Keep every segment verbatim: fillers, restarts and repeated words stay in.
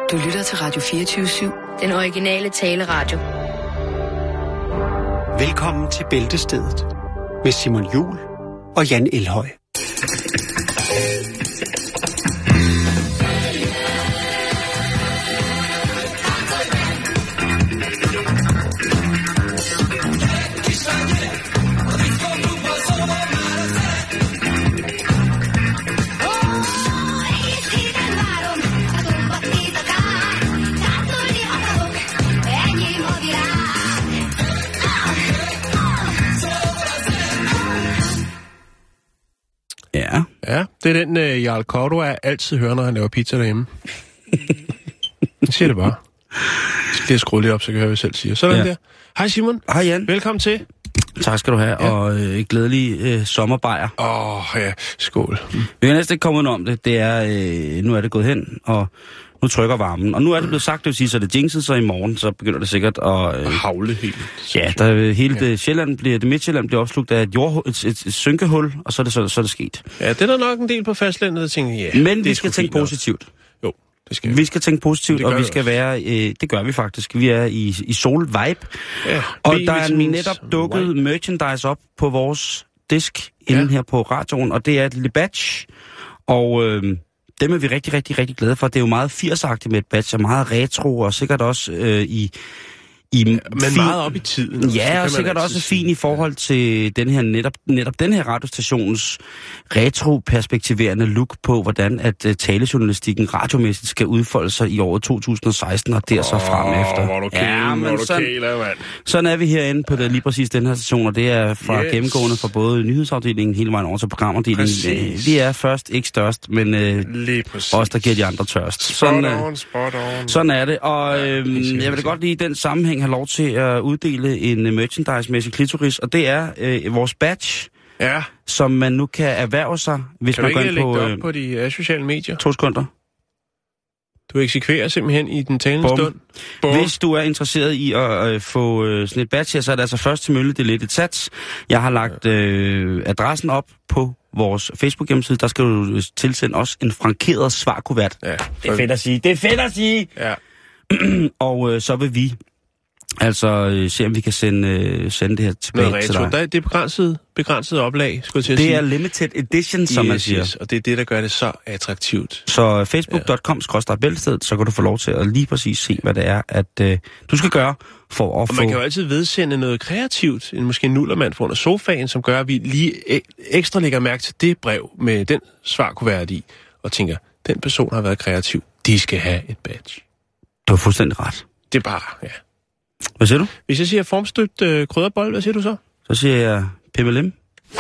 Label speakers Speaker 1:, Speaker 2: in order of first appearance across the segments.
Speaker 1: Du lytter til Radio fireogtyve syv.
Speaker 2: Den originale taleradio.
Speaker 3: Velkommen til Bæltestedet med Simon Juhl og Jan Elhøj.
Speaker 4: Ja.
Speaker 5: Ja, det er den, uh, Jarl Cordua altid hører, når han laver pizza derhjemme. Jeg siger det bare. Jeg skal lige skrue lidt op, så jeg kan høre, hvad jeg selv siger. Sådan ja. Der. Hej Simon.
Speaker 4: Hej Jan.
Speaker 5: Velkommen til.
Speaker 4: Tak skal du have, ja. Og øh, glædelig øh, sommerbajer.
Speaker 5: Åh, oh, ja. Skål. Mm.
Speaker 4: Vi kan næsten ikke komme ud om det. Det er, øh, nu er det gået hen, og nu trykker varmen. Og nu er det blevet sagt, det vil sige, så det jinxet, så i morgen, så begynder det sikkert at... Øh,
Speaker 5: havle helt.
Speaker 4: Ja, der, hele ja. det Sjælland bliver, det Midtjylland bliver opslugt af et, jord, et, et, et synkehul, og så er, det, så, så er det sket.
Speaker 5: Ja, det er der nok en del på fastlandet, der tænker, ja.
Speaker 4: Men vi skal tænke positivt.
Speaker 5: Også. Jo, det skal vi.
Speaker 4: Vi skal tænke positivt, og vi skal
Speaker 5: også.
Speaker 4: være... Øh, det gør vi faktisk. Vi er i, i sol-vibe. Ja, og der er netop dukket white. merchandise op på vores disk inden ja. her på radioen, og det er et lille badge. Og... Øh, dem er vi rigtig, rigtig, rigtig glade for. Det er jo meget firsagtigt med et badge, og meget retro, og sikkert også øh, i... i
Speaker 5: ja, men fin... meget op i tiden.
Speaker 4: Ja, og sikkert også fin i forhold til den her, netop, netop den her radiostations retro-perspektiverende look på, hvordan at uh, talejournalistikken radiomæssigt skal udfolde sig i året to tusind og seksten, og der oh, så frem efter.
Speaker 5: Hvor du kæler, ja, men hvor du sådan, kæler, mand.
Speaker 4: Sådan er vi herinde på det, lige præcis den her station, og det er fra yes. gennemgående fra både nyhedsafdelingen hele vejen over til programafdelingen. Vi er først, ikke størst, men uh, os, der giver de andre tørst.
Speaker 5: Sådan, spot on, spot on.
Speaker 4: Sådan er det, og ja, øh, jeg vil da godt lige i den sammenhæng have lov til at uddele en merchandise-mæssig klitoris, og det er øh, vores badge,
Speaker 5: ja. som
Speaker 4: man nu kan erhverve sig, hvis
Speaker 5: kan
Speaker 4: man går ind på...
Speaker 5: Kan du ikke lægge det op på de øh, sociale medier?
Speaker 4: To sekunder.
Speaker 5: Du eksekverer simpelthen i den talende stund.
Speaker 4: Bum. Hvis du er interesseret i at øh, få øh, sådan et badge her, så er det altså først til mølle, det er lidt et sats. Jeg har lagt øh, adressen op på vores Facebook-hjemmeside. Der skal du tilsende os en frankeret svarkuvert. Ja, det er fedt at sige. Det er fedt at sige! Ja. Og øh, så vil vi altså øh, se, om vi kan sende, øh, sende det her tilbage
Speaker 5: retro.
Speaker 4: til dig.
Speaker 5: Der er det begrænset, begrænset oplag, skulle jeg til at
Speaker 4: det
Speaker 5: sige.
Speaker 4: Det er limited edition, som yes, man siger.
Speaker 5: Yes, og det er det, der gør det så attraktivt.
Speaker 4: Så facebook punktum com skråstreg bæltestedet, så kan du få lov til at lige præcis se, hvad det er, at øh, du skal gøre for at
Speaker 5: og
Speaker 4: få...
Speaker 5: man kan jo altid vedsende noget kreativt, en måske en nullermand foran sofaen, som gør, at vi lige ekstra lægger mærke til det brev med den svarkuvert i, og tænker, den person har været kreativ. De skal have et badge.
Speaker 4: Du har fuldstændig ret.
Speaker 5: Det er bare, ja.
Speaker 4: Hvad siger du?
Speaker 5: Hvis jeg siger formstøbt øh, krydderbold, hvad siger du så?
Speaker 4: Så siger jeg pimmelim.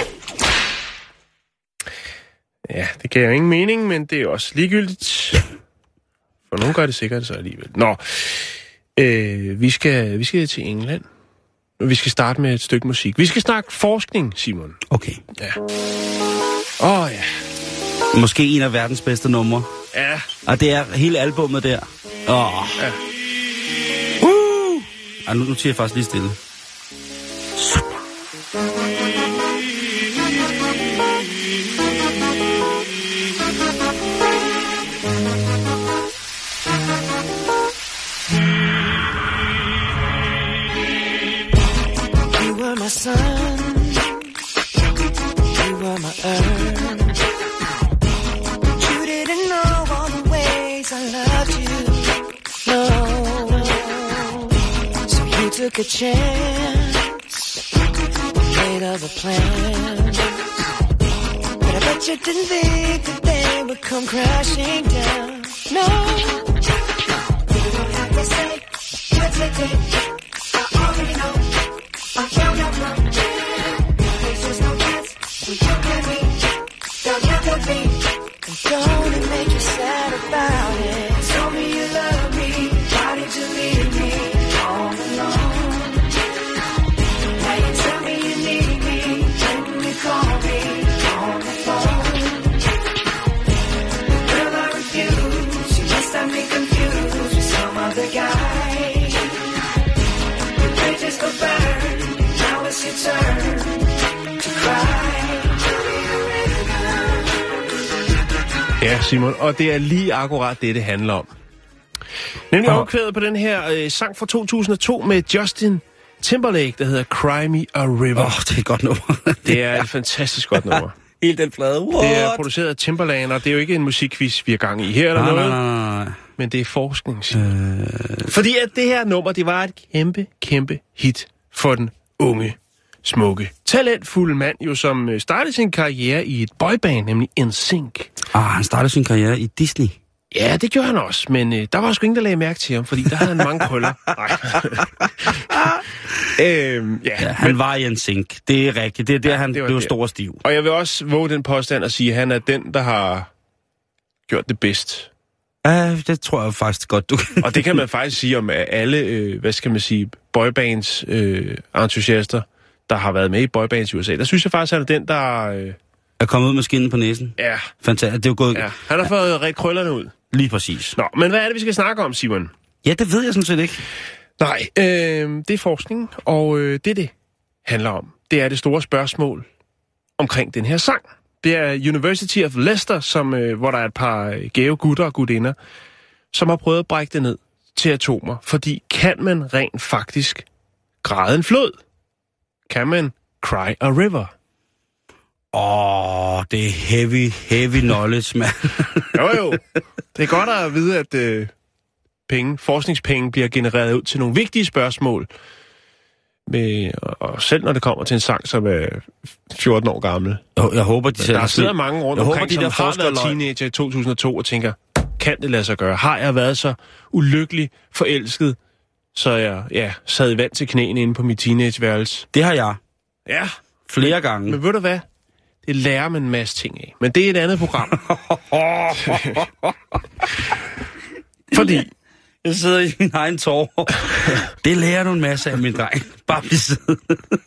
Speaker 5: Ja, det giver jo ingen mening, men det er også ligegyldigt. For nogen gør det sikkert så alligevel. Nå, øh, vi, skal, vi skal til England. Vi skal starte med et stykke musik. Vi skal snakke forskning, Simon.
Speaker 4: Okay.
Speaker 5: Ja. Åh oh, ja.
Speaker 4: Måske en af verdens bedste numre.
Speaker 5: Ja.
Speaker 4: Og det er hele albummet der. Åh. Oh.
Speaker 5: Ja.
Speaker 4: Ej, nu, nu siger jeg faktisk lige stille. Super.
Speaker 6: You were my sun. You were my earth. But you didn't know all the ways I loved you. No. Took a chance, made of a plan, but I bet you didn't think that they would come crashing down. No, you don't have to say what you did. I already know. I found out from there's just no chance when you and me don't have to be. And don't it make you sad about it? Tell me you love me. Why did you leave me all alone?
Speaker 5: Ja, Simon, og det er lige akkurat det, det handler om. Nemlig omkvædet på den her øh, sang fra to tusind og to med Justin Timberlake, der hedder Cry Me a River.
Speaker 4: Åh, oh, det er et godt nummer.
Speaker 5: Det er et fantastisk godt nummer.
Speaker 4: Helt den flade. What?
Speaker 5: Det er produceret af Timberland, og det er jo ikke en musikquiz, vi er gang i her eller
Speaker 4: nej,
Speaker 5: noget.
Speaker 4: Nej, nej, nej.
Speaker 5: Men det er forskning. Øh... Fordi at det her nummer, det var et kæmpe, kæmpe hit for den unge, smukke, talentfulde mand, jo som startede sin karriere i et boyband, nemlig N Sync.
Speaker 4: Ah, han startede sin karriere i Disney.
Speaker 5: Ja, det gjorde han også, men øh, der var sgu ingen, der lagde mærke til ham, fordi der havde han mange krøller. øhm, ja,
Speaker 4: ja, han men... var i N Sync. Det er rigtigt. Det er der, ja, han blev
Speaker 5: det.
Speaker 4: stor og stiv.
Speaker 5: Og jeg vil også våge den påstand at sige, at han er den, der har gjort det bedst.
Speaker 4: Ja, det tror jeg faktisk godt, du kan.
Speaker 5: Og det kan man faktisk sige om alle, øh, hvad skal man sige, boybands øh, entusiaster, der har været med i boybands i U S A. Der synes jeg faktisk, at han er den, der... Øh...
Speaker 4: er kommet ud med skinnen på næsen.
Speaker 5: Ja.
Speaker 4: Fantastisk. Det er jo gået...
Speaker 5: Ja. Han har fået ret krøllerne ud.
Speaker 4: Lige præcis.
Speaker 5: Nå, men hvad er det, vi skal snakke om, Simon?
Speaker 4: Ja, det ved jeg sådan set ikke.
Speaker 5: Nej, øh, det er forskning, og øh, det, det handler om, det er det store spørgsmål omkring den her sang. Det er University of Leicester, som, øh, hvor der er et par gave gutter og gutinder, som har prøvet at brække det ned til atomer. Fordi kan man rent faktisk græde en flod? Kan man cry a river?
Speaker 4: Åh, oh, det er heavy, heavy knowledge, mand.
Speaker 5: jo, jo. Det er godt at vide, at øh, penge, forskningspenge bliver genereret ud til nogle vigtige spørgsmål. Med, og selv når det kommer til en sang, som er fjorten år gammel.
Speaker 4: Jeg håber, de
Speaker 5: der sidder mange rundt
Speaker 4: jeg
Speaker 5: omkring,
Speaker 4: håber, de
Speaker 5: som
Speaker 4: der
Speaker 5: har været teenager i to tusind og to og tænker, kan det lade sig gøre? Har jeg været så ulykkelig forelsket, så jeg ja, sad i vand til knæene inde på mit teenageværelse?
Speaker 4: Det har jeg.
Speaker 5: Ja.
Speaker 4: Flere gange.
Speaker 5: Men ved du hvad? Det lærer man en masse ting af. Men det er et andet program. Fordi...
Speaker 4: jeg sidder i min egen tår. Det lærer du en masse af, min dreng. Bare blive siddende.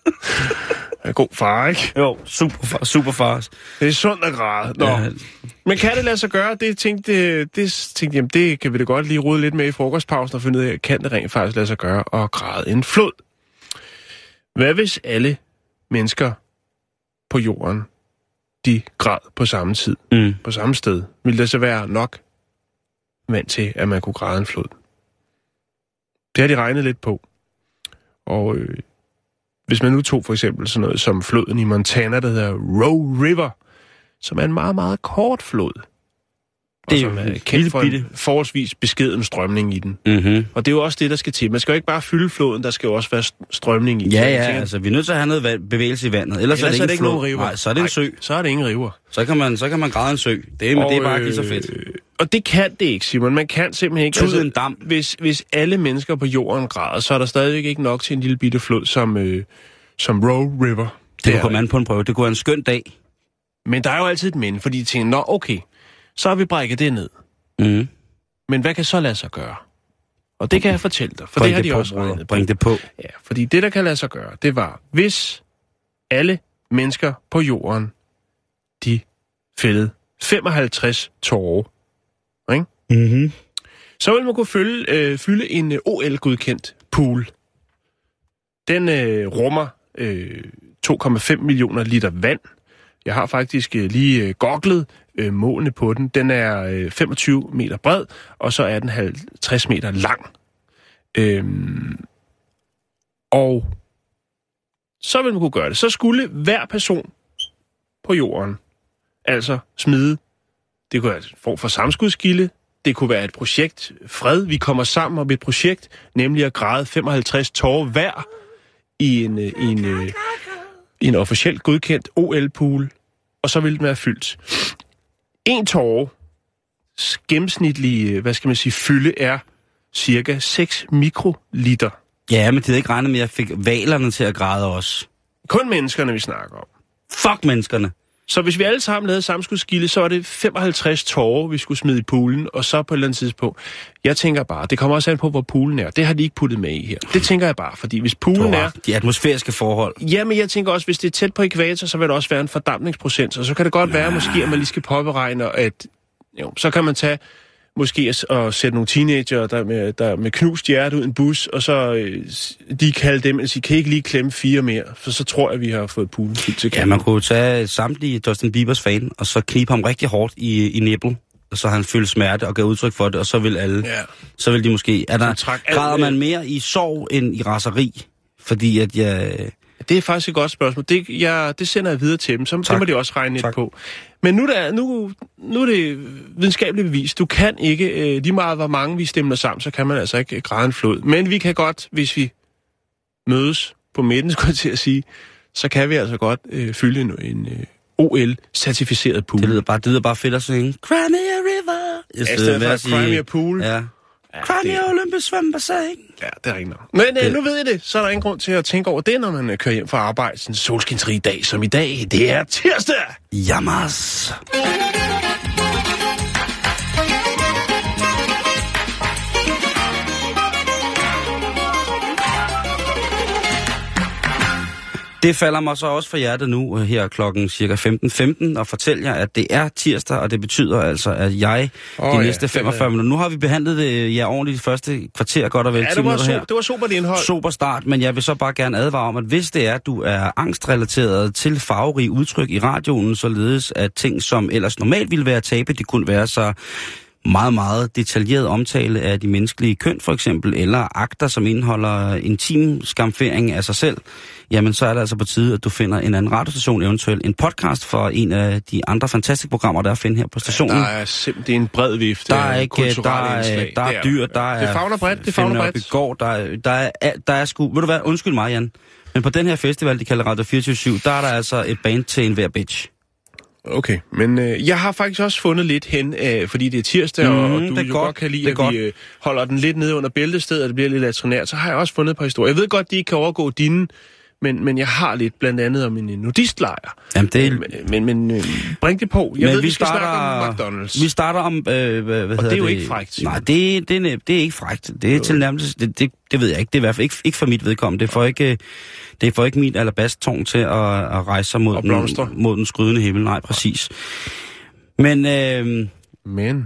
Speaker 5: En god far, ikke?
Speaker 4: Jo, super far, super far.
Speaker 5: Det er sundt at græde. Nå. Ja. Men kan det lade sig gøre? Det tænkte, det tænkte jamen, det kan vi da godt lige rode lidt med i frokostpausen og finde ud af, kan det rent faktisk lade sig gøre at græde en flod? Hvad hvis alle mennesker på jorden, de græd på samme tid, mm. på samme sted? Vil der så være nok vand til, at man kunne græde en flod? Det har de regnet lidt på. Og øh, hvis man nu tog for eksempel sådan noget som floden i Montana, der hedder Roe River, som er en meget, meget kort flod. Det er jo er kendt for en forholdsvis beskeden strømning i den. Mm-hmm. Og det er jo også det, der skal til. Man skal jo ikke bare fylde floden, der skal jo også være strømning i.
Speaker 4: Ja, ja, tænker, altså vi er nødt til at have noget bevægelse i vandet. Ellers, Ellers er det, er det ikke nogen river. Nej, så er det en sø.
Speaker 5: Nej, så er det ingen river.
Speaker 4: Så kan man, så kan man græde en sø. Det, og, det er bare ikke så fedt.
Speaker 5: Øh, og det kan det ikke, Simon. Man kan simpelthen ikke...
Speaker 4: Altså, en dam.
Speaker 5: Hvis, hvis alle mennesker på jorden græder, så er der stadigvæk ikke nok til en lille bitte flod som, øh, som Roe River.
Speaker 4: Det, det kunne komme an på en prøve. Det kunne være en skøn dag.
Speaker 5: Men der er jo altid et men, fordi de tænker, nå okay, så har vi brækket det ned. Mm. Men hvad kan så lade sig gøre? Og det kan jeg fortælle dig, for
Speaker 4: Bring
Speaker 5: det har
Speaker 4: det
Speaker 5: de
Speaker 4: på,
Speaker 5: også regnet på.
Speaker 4: Bring det på.
Speaker 5: Ja, fordi det, der kan lade sig gøre, det var, hvis alle mennesker på jorden, de fældede femoghalvtreds tårer, ikke? Mm-hmm. Så vil man kunne fylde, øh, fylde en øh, O L-godkendt pool. Den øh, rummer øh, to komma fem millioner liter vand. Jeg har faktisk øh, lige øh, googlet øh, målene på den. Den er øh, femogtyve meter bred, og så er den halvtreds meter lang. Øhm, og så vil man kunne gøre det. Så skulle hver person på jorden altså smide, det kunne være en form for samskudskilde, det kunne være et projekt, fred, vi kommer sammen om et projekt, nemlig at græde femoghalvtreds tårer hver i en, i en, i en officielt godkendt O L-pool, og så vil den være fyldt. En tåre, gennemsnitlige, hvad skal man sige, fylde er cirka seks mikroliter.
Speaker 4: Ja, men det er ikke regnet med, at jeg fik valerne til at græde også.
Speaker 5: Kun menneskerne, vi snakker om.
Speaker 4: Fuck menneskerne.
Speaker 5: Så hvis vi alle sammen lavede samskudskilde, så var det femoghalvtreds tårer, vi skulle smide i poolen, og så på et eller andet tidspunkt. Jeg tænker bare, det kommer også an på, hvor poolen er. Det har de ikke puttet med i her. Det tænker jeg bare, fordi hvis poolen er...
Speaker 4: De atmosfæriske forhold.
Speaker 5: Ja, men jeg tænker også, hvis det er tæt på ekvator, så vil der også være en fordampningsprocent, og så kan det godt være, måske, at man lige skal påberegne, at jo, så kan man tage måske at sætte nogle teenager, der med, der med knust hjerte ud en bus, og så øh, de kalde dem, altså, I kan ikke lige klemme fire mere, for så tror jeg, at vi har fået poolen fyldt til.
Speaker 4: Ja, man kunne tage samtlige Justin Biebers fan, og så knibe ham rigtig hårdt i, i næbbel. så han følte smerte og gav udtryk for det, og så vil alle,
Speaker 5: Ja.
Speaker 4: så vil de måske... Er der,
Speaker 5: trak alt
Speaker 4: græder
Speaker 5: med-
Speaker 4: man mere i sorg end i raseri? Fordi at jeg...
Speaker 5: Det er faktisk et godt spørgsmål. Det, jeg, det sender jeg videre til dem, så det må de også regne lidt
Speaker 4: Tak.
Speaker 5: på. Men nu, der, nu, nu er det videnskabeligt bevis. Du kan ikke, øh, lige meget hvor mange vi stemmer sammen, så kan man altså ikke græde en flod. Men vi kan godt, hvis vi mødes på midten, skulle jeg til at sige, så kan vi altså godt øh, fylde en, en øh, O L-certificeret pool.
Speaker 4: Det lyder bare, det lyder bare fedt at synge. Cry me a river. I
Speaker 5: Ja, i stedet for at cry me a pool.
Speaker 4: Ja.
Speaker 5: Ja,
Speaker 4: Cry me
Speaker 5: det-
Speaker 4: a Olympus svømmebassin.
Speaker 5: Ja, det er rigtigt nok. Men øh, nu ved I det, så er der ingen grund til at tænke over det, når man øh, kører hjem fra arbejde. Sådan en solskinsrig dag som i dag. Det er tirsdag!
Speaker 4: Jammers. Det falder mig så også for hjertet nu her klokken cirka femten femten og fortælle jer, at det er tirsdag, og det betyder altså, at jeg
Speaker 5: Åh,
Speaker 4: de
Speaker 5: ja,
Speaker 4: næste
Speaker 5: det
Speaker 4: femogfyrre
Speaker 5: er-
Speaker 4: minutter... Nu har vi behandlet det ja, ordentligt de første kvarter, godt og vel
Speaker 5: Ja,
Speaker 4: ti
Speaker 5: det var,
Speaker 4: minutter her.
Speaker 5: so, det var super det indhold.
Speaker 4: Super start, men jeg vil så bare gerne advare om, at hvis det er, at du er angstrelateret til farverige udtryk i radioen, således at ting, som ellers normalt ville være tabe, de kunne være så meget, meget detaljeret omtale af de menneskelige køn, for eksempel, eller akter, som indeholder intim skamfering af sig selv, jamen så er det altså på tide, at du finder en anden radiostation, eventuelt en podcast for en af de andre fantastiske programmer, der er at finde her på stationen.
Speaker 5: Der er simpelthen en bred vifte
Speaker 4: Der er
Speaker 5: af
Speaker 4: ikke, der
Speaker 5: kulturelle
Speaker 4: er,
Speaker 5: indslag.
Speaker 4: der
Speaker 5: Det
Speaker 4: er dyr, der er...
Speaker 5: Det fagner bredt, det fagner bredt.
Speaker 4: Går, der, er- der, er, der er sgu... Ved du hvad, undskyld mig, Jan, men på den her festival, de kalder Radio fireogtyve syv, der er der altså et band til enhver bitch.
Speaker 5: Okay, men øh, jeg har faktisk også fundet lidt hen, øh, fordi det er tirsdag, mm, og, og du
Speaker 4: det er
Speaker 5: jo
Speaker 4: godt,
Speaker 5: godt kan lide,
Speaker 4: det er
Speaker 5: at
Speaker 4: godt.
Speaker 5: vi øh, holder den lidt nede under bæltestedet, og det bliver lidt latrinært, så har jeg også fundet et par historier. Jeg ved godt, de ikke kan overgå dine, men, men jeg har lidt blandt andet om en nudistlejr.
Speaker 4: Jamen, det er...
Speaker 5: Men, men, men øh, bring det på. Jeg
Speaker 4: men
Speaker 5: ved,
Speaker 4: vi,
Speaker 5: vi skal
Speaker 4: starter,
Speaker 5: snakke om McDonald's.
Speaker 4: Vi starter om... Øh, hvad, hvad
Speaker 5: og
Speaker 4: hedder
Speaker 5: det er jo
Speaker 4: det?
Speaker 5: ikke frækt, Simon.
Speaker 4: Nej, det, det, er, det er ikke frækt. Det er
Speaker 5: Jo.
Speaker 4: tilnærmelse... Det, det, det ved jeg ikke. Det er i hvert fald ikke, ikke for mit vedkommende. Det får ikke... Det får ikke min alabasttårn til at, at rejse sig mod
Speaker 5: Og
Speaker 4: den,
Speaker 5: blomstre.
Speaker 4: mod den skrydende himmel. Nej, præcis. Men øh,
Speaker 5: Men...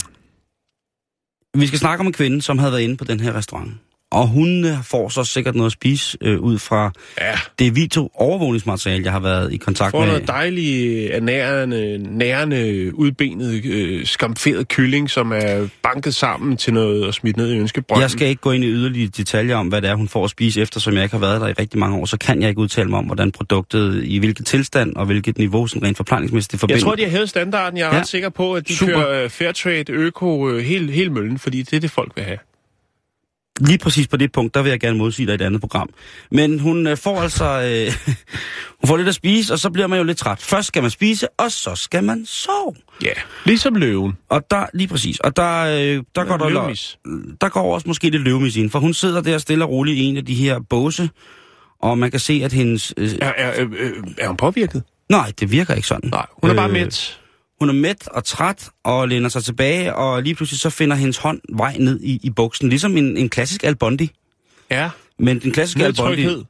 Speaker 4: vi skal snakke om en kvinde, som havde været inde på den her restaurant. Og hun øh, får så sikkert noget at spise øh, ud fra
Speaker 5: Ja,
Speaker 4: det video-overvågningsmateriale, jeg har været i kontakt
Speaker 5: får
Speaker 4: med.
Speaker 5: noget dejlig, ernærende, nærende, udbenet, øh, skamferet kylling, som er banket sammen til noget og smidt ned i ønskebrønden.
Speaker 4: Jeg skal ikke gå ind i yderligere detaljer om, hvad det er, hun får at spise, eftersom jeg ikke har været der i rigtig mange år. Så kan jeg ikke udtale mig om, hvordan produktet, i hvilket tilstand og hvilket niveau, sådan rent forplejningsmæssigt forbinder.
Speaker 5: Jeg tror, de har hævet standarden. Jeg er
Speaker 4: Ja.
Speaker 5: ja. ret sikker på, at de
Speaker 4: Super.
Speaker 5: Super. kører uh, Fairtrade, Øko, uh, hele, hele møllen, fordi det er det, folk vil have.
Speaker 4: Lige præcis på det punkt, der vil jeg gerne modsige dig i et andet program. Men hun øh, får altså... Øh, hun får lidt at spise, og så bliver man jo lidt træt. Først skal man spise, og så skal man sove.
Speaker 5: Ja, ligesom løven.
Speaker 4: Og der, lige præcis, og der, øh, der, går der,
Speaker 5: løvemis.
Speaker 4: der går også måske lidt løvemis ind, for hun sidder der stille og roligt i en af de her båse, og man kan se, at hendes... Øh,
Speaker 5: Er, er, er, er hun påvirket?
Speaker 4: nej, det virker ikke sådan.
Speaker 5: Nej, hun er bare
Speaker 4: Øh,
Speaker 5: mæt.
Speaker 4: Hun er mæt og træt og læner sig tilbage, og lige pludselig så finder hendes hånd vej ned i, i buksen, ligesom en, en klassisk Al Bundy.
Speaker 5: Ja,
Speaker 4: Men den klassiske Al Bundy,
Speaker 5: nedtrykhed.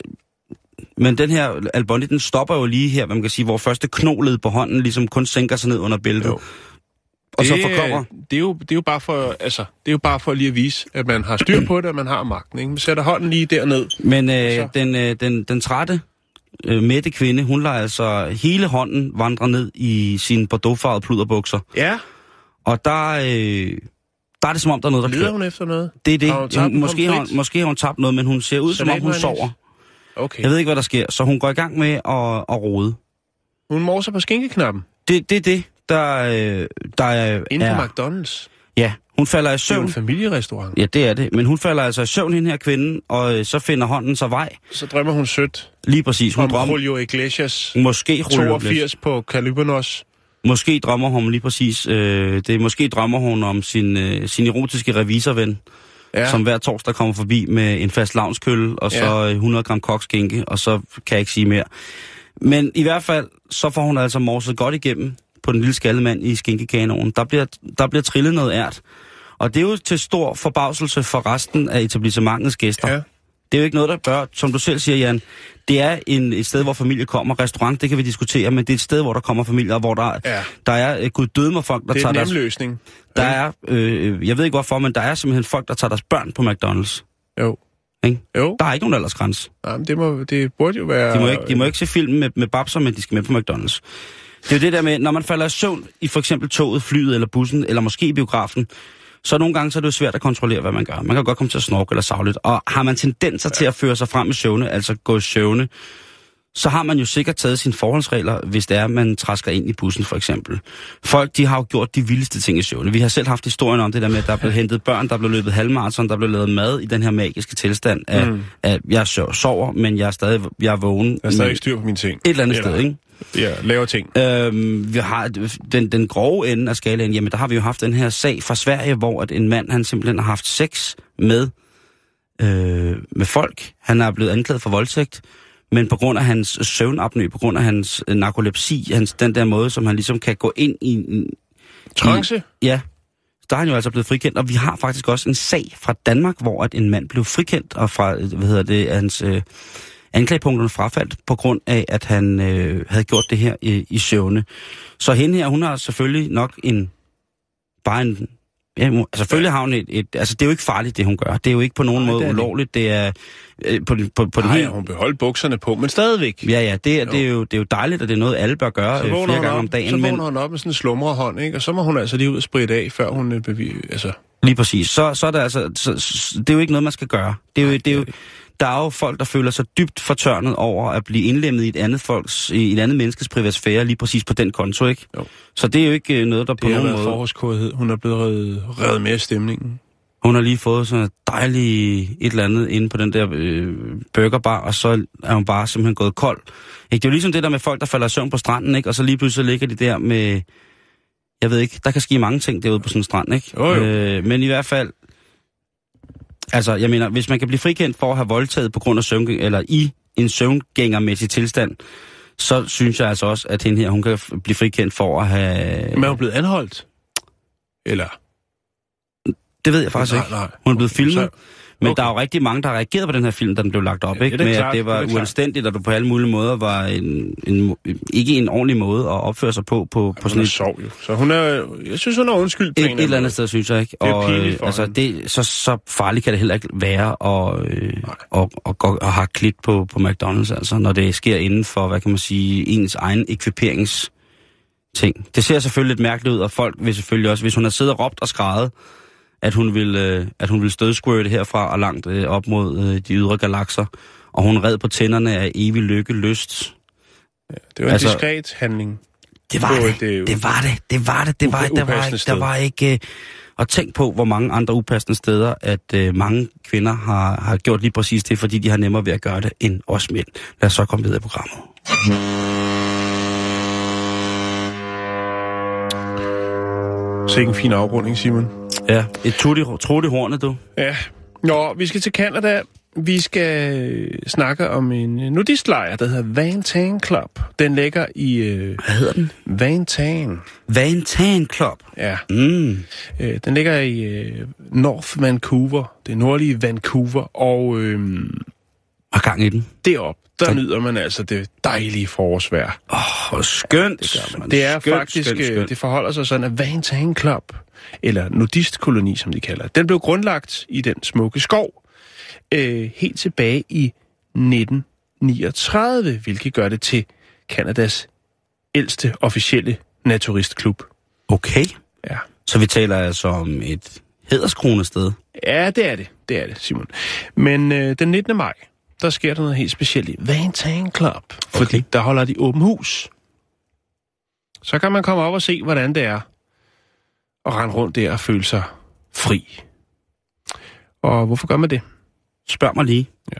Speaker 4: men den her Al Bundy, den stopper jo lige her, hvad man kan sige, hvor første knoled på hånden ligesom kun sænker sig ned under bæltet.
Speaker 5: Jo.
Speaker 4: Og så
Speaker 5: Det,
Speaker 4: forkommer.
Speaker 5: det, er jo, det er jo bare for, altså, det er jo bare for lige at vise, at man har styr på det, og man har magten. Ikke? Man sætter hånden lige derned.
Speaker 4: Men øh,
Speaker 5: Så.
Speaker 4: den, øh, den, den trætte, øh, mætte kvinde, hun lader altså hele hånden vandre ned i sine bordeauxfarvede pluderbukser.
Speaker 5: Ja,
Speaker 4: Og der, øh, der er det som om, der er noget, der
Speaker 5: leder
Speaker 4: klør.
Speaker 5: hun efter noget?
Speaker 4: Det er det.
Speaker 5: Har hun tabt
Speaker 4: Hun,
Speaker 5: en
Speaker 4: måske,
Speaker 5: pommes
Speaker 4: har,
Speaker 5: frites?
Speaker 4: måske har hun tabt noget, men hun ser ud, som om hun
Speaker 5: Salatmayonnaise?
Speaker 4: sover.
Speaker 5: Okay.
Speaker 4: Jeg ved ikke, hvad der sker, så hun går i gang med at, at rode.
Speaker 5: Hun morser på skinkeknappen.
Speaker 4: Det, det er det, der, øh, der er...
Speaker 5: Inden
Speaker 4: er
Speaker 5: på McDonald's.
Speaker 4: ja, hun falder i
Speaker 5: Det er jo
Speaker 4: søvn.
Speaker 5: en familierestaurant.
Speaker 4: Ja, det er det. Men hun falder altså i søvn, hende her kvinde, og øh, så finder hånden sig vej.
Speaker 5: Så drømmer hun sødt
Speaker 4: Lige præcis. Hun
Speaker 5: om
Speaker 4: drømmer...
Speaker 5: Julio Iglesias
Speaker 4: Måske Julio
Speaker 5: toogfirs på Calypsos.
Speaker 4: Måske drømmer hun lige præcis... Øh, det måske drømmer hun om sin, øh, sin erotiske revisorven, ja.
Speaker 5: Ja.
Speaker 4: som hver torsdag kommer forbi med en fast lavnskølle, og så
Speaker 5: Ja.
Speaker 4: øh, hundrede gram kokskænke, og så kan jeg ikke sige mere. Men i hvert fald, så får hun altså morset godt igennem på den lille skaldemand i skinkekanonen. Der bliver, der bliver trillet noget ært. Og det er jo til stor forbavselse for resten af etablissementets gæster.
Speaker 5: Ja.
Speaker 4: Det er jo ikke noget, der bør, som du selv siger, Jan, det er en, et sted, hvor familie kommer. Restaurant, det kan vi diskutere, men det er et sted, hvor der kommer familier, hvor der,
Speaker 5: Ja.
Speaker 4: der er øh, gud døde med folk, der
Speaker 5: Det er
Speaker 4: tager
Speaker 5: en nem
Speaker 4: deres...
Speaker 5: løsning.
Speaker 4: Der er, øh, jeg ved ikke hvorfor, men der er simpelthen folk, der tager deres børn på McDonald's.
Speaker 5: Jo.
Speaker 4: Ikke?
Speaker 5: Jo.
Speaker 4: Der er ikke nogen aldersgrænse.
Speaker 5: Jamen, det, må, det burde jo være...
Speaker 4: De må ikke, de må ikke se film med, med babser, men de skal med på McDonald's. Det er jo det der med, når man falder i søvn i for eksempel toget, flyet eller bussen, eller måske i biografen, så nogle gange så er det jo svært at kontrollere, hvad man gør. Man kan godt komme til at snorke eller savle lidt. Og har man tendenser ja. til at føre sig frem i søvne, altså gå i søvne, så har man jo sikkert taget sine forholdsregler, hvis det er, at man træsker ind i bussen for eksempel. Folk, de har jo gjort de vildeste ting i søvne. Vi har selv haft historien om det der med, at der er blevet hentet børn, der er blevet løbet halvmarathon, der er blevet lavet mad i den her magiske tilstand af, mm. at jeg sover, men jeg er stadig jeg er vågen.
Speaker 5: Jeg er stadig styr på mine ting.
Speaker 4: Et eller andet eller, sted, ikke?
Speaker 5: Ja, laver ting.
Speaker 4: Øhm, vi har den, den grove ende af skalaen, jamen der har vi jo haft den her sag fra Sverige, hvor at en mand, han simpelthen har haft sex med, øh, med folk. Han er blevet anklaget for voldtægt. Men på grund af hans søvnapnø, på grund af hans narkolepsi, hans, den der måde, som han ligesom kan gå ind i... i
Speaker 5: trance?
Speaker 4: Ja, der er han jo altså blevet frikendt. Og vi har faktisk også en sag fra Danmark, hvor at en mand blev frikendt, og fra, hvad hedder det, hans øh, anklagepunkterne frafaldt, på grund af, at han øh, havde gjort det her i, i søvne. Så hende her, hun har selvfølgelig nok en... Bare en... Ja, selvfølgelig har hun et, et... Altså, det er jo ikke farligt, det hun gør. Det er jo ikke på nogen Nej, måde det ulovligt. Det er... Øh, på, på, på
Speaker 5: Nej,
Speaker 4: den her...
Speaker 5: hun beholdt bukserne på, men stadigvæk.
Speaker 4: Ja, ja, det er, det er, jo, det er jo dejligt, og det er noget, alle bør gøre øh, flere gange
Speaker 5: op,
Speaker 4: om dagen.
Speaker 5: Så vågner
Speaker 4: men...
Speaker 5: hun op med sådan en slumrehånd, ikke? Og så må hun altså lige ud og spritte af, før hun... Øh, bevi... altså...
Speaker 4: Lige præcis. Så, så er det altså... Så, så, det er jo ikke noget, man skal gøre. Det er jo... Det er jo der er jo folk, der føler sig dybt fortørnet over at blive indlemmet i et andet folks, i et andet menneskes privatsfære, lige præcis på den konto, ikke? Jo. Så det er jo ikke noget, der det på nogen måde... Det har været
Speaker 5: forhåndskodhed. Hun er blevet revet, revet med i stemningen.
Speaker 4: Hun har lige fået sådan et dejligt et eller andet inde på den der øh, burgerbar, og så er hun bare simpelthen gået kold. Ikke? Det er jo ligesom det der med folk, der falder i søvn på stranden, ikke? Og så lige pludselig ligger de der med... Jeg ved ikke, der kan ske mange ting derude på sådan en strand, ikke?
Speaker 5: Jo, jo.
Speaker 4: Øh, men i hvert fald... Altså, jeg mener, hvis man kan blive frikendt for at have voldtaget på grund af søvn, eller i en søvngængermæssig tilstand, så synes jeg altså også, at hende her, hun kan blive frikendt for at have...
Speaker 5: Men er hun blevet anholdt? Eller?
Speaker 4: Det ved jeg faktisk
Speaker 5: nej,
Speaker 4: ikke.
Speaker 5: Nej.
Speaker 4: Hun er blevet filmet.
Speaker 5: Så...
Speaker 4: Men
Speaker 5: okay.
Speaker 4: der er jo rigtig mange, der har reageret på den her film, da den blev lagt op, ja, ikke?
Speaker 5: Det
Speaker 4: med
Speaker 5: klart,
Speaker 4: at det var
Speaker 5: det
Speaker 4: uanstændigt, og du på alle mulige måder var en, en, ikke en ordentlig måde at opføre sig på. på, på
Speaker 5: ja, sådan et sov jo. Så hun er, jeg synes, hun er undskyld på
Speaker 4: et,
Speaker 5: en
Speaker 4: et eller andet sted, synes jeg ikke.
Speaker 5: Det er
Speaker 4: og,
Speaker 5: pinligt for
Speaker 4: altså, det, så, så farligt kan det heller ikke være at, øh, og, og, og, og have klit på, på McDonald's, altså, når det sker inden for, hvad kan man sige, ens egen ekviperings ting. Det ser selvfølgelig lidt mærkeligt ud, og folk vil selvfølgelig også, hvis hun har siddet og råbt og skreget, at hun vil, øh, at hun vil stødsquirte herfra og langt øh, op mod øh, de ydre galakser, og hun red på tænderne af evig lykke, lyst.
Speaker 5: Ja, det var en altså, diskret handling.
Speaker 4: Det var det, det, det var det, det var det, det var det, der var ikke, der var ikke, øh, og tænk på, hvor mange andre upassende steder, at øh, mange kvinder har, har gjort lige præcis det, fordi de har nemmere ved at gøre det, end os mænd. Lad os så komme videre i programmet.
Speaker 5: Så ikke en fin afrunding, Simon.
Speaker 4: Ja, et trudt i hornet, du.
Speaker 5: Ja. Nå, vi skal til Canada. Vi skal snakke om en nudistlejr, der hedder Van Tan Club. Den ligger i... Øh,
Speaker 4: Hvad hedder den?
Speaker 5: Van Tan.
Speaker 4: Van Tan Club?
Speaker 5: Ja.
Speaker 4: Mm.
Speaker 5: Øh, den ligger i øh, North Vancouver, det nordlige Vancouver, og... Øh,
Speaker 4: og gang i den.
Speaker 5: Deroppe, der så... nyder man altså det dejlige forårsvejr.
Speaker 4: Åh, oh, skønt.
Speaker 5: Det, gør man. Det er skønt, faktisk... Skønt, skønt. Det forholder sig sådan, at Van Tan Club, eller nudistkoloni, som de kalder det, den blev grundlagt i den smukke skov, øh, helt tilbage i nitten niogtredive, hvilket gør det til Kanadas ældste officielle naturistklub.
Speaker 4: Okay.
Speaker 5: Ja.
Speaker 4: Så vi taler altså om et hæderskronested.
Speaker 5: Ja, det er det. Det er det, Simon. Men øh, den nittende maj, der sker der noget helt specielt i Van Tan Club, fordi okay. der holder de åben hus. Så kan man komme op og se, hvordan det er at rende rundt der og føle sig fri. Og hvorfor gør man det?
Speaker 4: Spørg mig lige.
Speaker 5: Ja.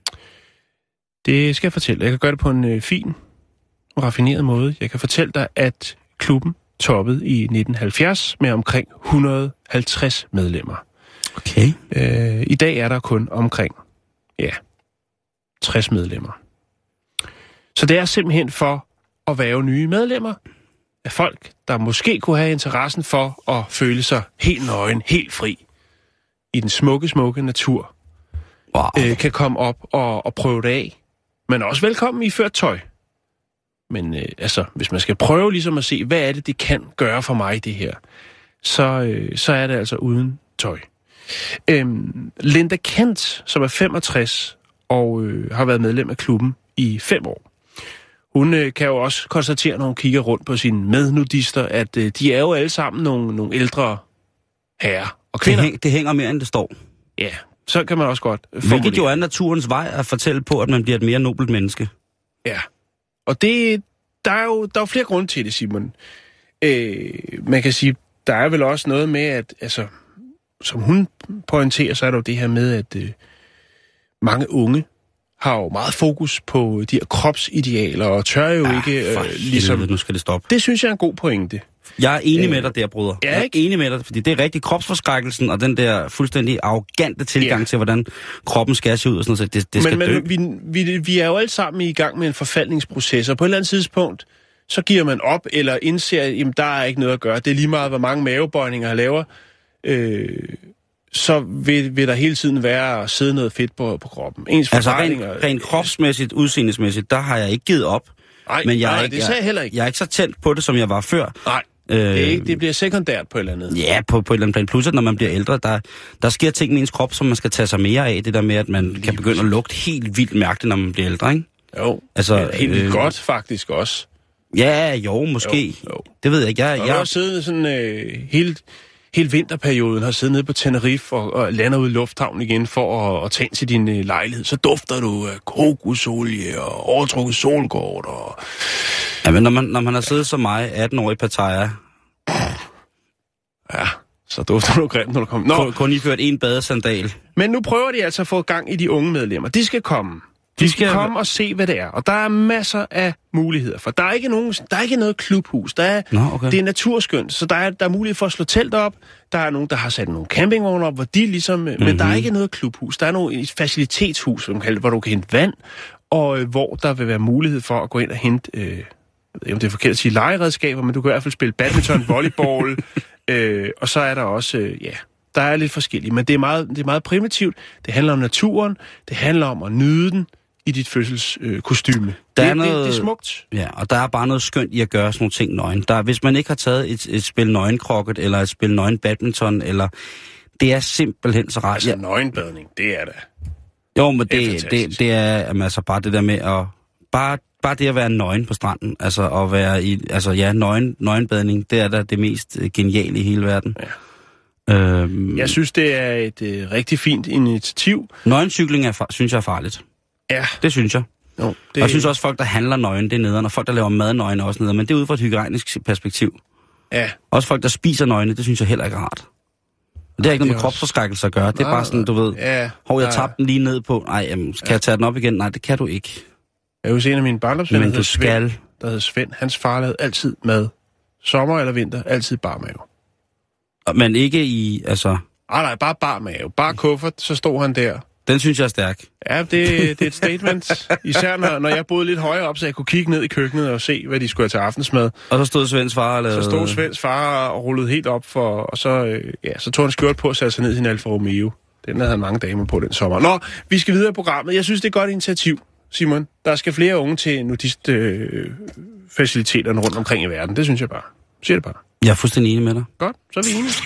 Speaker 5: Det skal jeg fortælle. Jeg kan gøre det på en øh, fin og raffineret måde. Jeg kan fortælle dig, at klubben toppede i nitten halvfjerds med omkring et hundrede og halvtreds medlemmer.
Speaker 4: Okay.
Speaker 5: Øh, I dag er der kun omkring, ja, tres medlemmer. Så det er simpelthen for at være nye medlemmer af folk, der måske kunne have interessen for at føle sig helt nøgen, helt fri i den smukke, smukke natur.
Speaker 4: Wow.
Speaker 5: Øh, kan komme op og, og prøve det af. Men også velkommen i ført tøj. Men øh, altså, hvis man skal prøve ligesom at se, hvad er det, det kan gøre for mig, det her, så, øh, så er det altså uden tøj. Øhm, Linda Kent, som er femogtres og øh, har været medlem af klubben i fem år. hun øh, kan jo også konstatere, når hun kigger rundt på sine mednudister, at øh, de er jo alle sammen nogle, nogle ældre herrer og kvinder.
Speaker 4: Det, hæng, det hænger mere, end det står.
Speaker 5: Ja, så kan man også godt
Speaker 4: formulere. Hvilket jo er naturens vej at fortælle på, at man bliver et mere nobelt menneske.
Speaker 5: Ja, og det, der er jo der er jo flere grunde til det, Simon. Øh, man kan sige, der er vel også noget med, at altså, som hun pointerer, så er der jo det her med, at øh, mange unge har jo meget fokus på de her kropsidealer, og tør jo ah, ikke øh, ligesom...
Speaker 4: Helvede, nu skal det stoppe.
Speaker 5: Det synes jeg er en god pointe.
Speaker 4: Jeg er enig øh, med dig der, bruder.
Speaker 5: Ja,
Speaker 4: jeg er
Speaker 5: ikke?
Speaker 4: enig med dig, fordi det er rigtig kropsforskrækkelsen, og den der fuldstændig arrogante tilgang ja. til, hvordan kroppen skal se ud, og sådan noget, det, det skal
Speaker 5: men,
Speaker 4: dø.
Speaker 5: Men vi, vi, vi er jo alle sammen i gang med en forfaldningsproces, og på et eller andet tidspunkt, så giver man op, eller indser, at der er ikke noget at gøre. Det er lige meget, hvor mange mavebøjninger jeg laver. Øh, så vil, vil der hele tiden være at sidde noget fedt på, på kroppen. Ens
Speaker 4: altså rent, rent kropsmæssigt, udseendesmæssigt, der har jeg ikke givet op.
Speaker 5: Nej,
Speaker 4: men jeg
Speaker 5: nej,
Speaker 4: er ikke,
Speaker 5: det sagde jeg heller ikke.
Speaker 4: Jeg er ikke så tændt på det, som jeg var før.
Speaker 5: Nej, øh, det, er ikke, det bliver sekundært på et eller andet.
Speaker 4: Ja, på, på et eller andet plan. Plus, at når man bliver ældre, der, der sker ting med ens krop, som man skal tage sig mere af. Det der med, at man Lige kan begynde at lugte helt vildt mærkeligt, når man bliver ældre, ikke?
Speaker 5: Jo,
Speaker 4: altså,
Speaker 5: ja, helt øh, godt faktisk også.
Speaker 4: Ja, jo, måske. Jo, jo. Det ved jeg ikke. Jeg,
Speaker 5: jeg,
Speaker 4: jeg
Speaker 5: har siddet sådan øh, hele, hele vinterperioden, har siddet nede på Tenerife og, og lander ud i lufthavnen igen for at, at tage til din øh, lejlighed. Så dufter du af kokosolie og overtrukket solkort. Og...
Speaker 4: Ja, men når man, når man har siddet som mig, atten år i Pattaya...
Speaker 5: Ja, så dufter du grimt, når du kommer...
Speaker 4: Nå. Kun iført en badesandal.
Speaker 5: Men nu prøver de altså at få gang i de unge medlemmer. De skal komme. De skal komme og se, hvad det er. Og der er masser af muligheder for. Der er ikke, nogen, der er ikke noget klubhus. Der er,
Speaker 4: Nå, okay.
Speaker 5: Det er naturskønt, så der er, der er mulighed for at slå telt op. Der er nogen, der har sat nogle campingvogne op, hvor de ligesom... Mm-hmm. Men der er ikke noget klubhus. Der er nogle, et facilitetshus, hvor du kan hente vand, og øh, hvor der vil være mulighed for at gå ind og hente... Øh, jeg ved ikke, om det er forkert at sige legeredskaber, men du kan i hvert fald spille badminton, volleyball, øh, og så er der også... Øh, ja, der er lidt forskelligt, men det er, meget, det er meget primitivt. Det handler om naturen. Det handler om at nyde den i dit fødselskostyme. Øh, det,
Speaker 4: er noget,
Speaker 5: det, det er smukt.
Speaker 4: Ja, og der er bare noget skønt i at gøre sådan nogle ting nøgen. Der, hvis man ikke har taget et, et spil nøgenkrokket, eller et spil nøgen badminton, eller... Det er simpelthen så rart.
Speaker 5: Altså ja. Nøgenbadning, det er det.
Speaker 4: Jo, men det, det, det, det er altså bare det der med at... Bare, bare det at være nøgen på stranden, altså at være i... Altså ja, nøgen, nøgenbadning, det er da det mest geniale i hele verden.
Speaker 5: Ja. Øhm, jeg synes, det er et øh, rigtig fint initiativ.
Speaker 4: Nøgencykling er, synes jeg er farligt.
Speaker 5: Ja.
Speaker 4: Det synes jeg.
Speaker 5: Jo, det...
Speaker 4: Og jeg synes også, at folk, der handler nøgen, det er nederen, og folk, der laver mad nøgen, er også nederen, men det er ud fra et hygiejnisk perspektiv.
Speaker 5: Ja.
Speaker 4: Også folk, der spiser nøgne, det synes jeg heller ikke er rart. Og det har ikke noget med også... kropsforskrækkelse at gøre. Det er bare sådan, du ved,
Speaker 5: ja,
Speaker 4: hov, jeg tabte den lige ned på. Nej, jamen, kan ja. jeg tage den op igen? Nej, det kan du ikke.
Speaker 5: Jeg husker en af mine barndomsvenner,
Speaker 4: der skal...
Speaker 5: Svend, der hed Svend. Hans far lavede altid mad. Sommer eller vinter, altid bar mave.
Speaker 4: Men ikke i, altså...
Speaker 5: Ah, nej, bare bar mave. Bare kuffert, så stod han der.
Speaker 4: Den synes jeg er stærk.
Speaker 5: Ja, det, det er et statement. Især når, når jeg boede lidt højere op, så jeg kunne kigge ned i køkkenet og se, hvad de skulle have til aftensmad.
Speaker 4: Og så stod Svends far og lavede...
Speaker 5: Så stod Svends far og rullede helt op for... Og så, øh, ja, så tog han skjort på og satte sig ned i sin Alfa Romeo. Den havde han mange damer på den sommer. Nå, vi skal videre i programmet. Jeg synes, det er et godt initiativ, Simon. Der skal flere unge til nudistfaciliteterne øh, rundt omkring i verden. Det synes jeg bare. Siger det bare.
Speaker 4: Jeg er fuldstændig enig med dig.
Speaker 5: Godt, så er vi enige.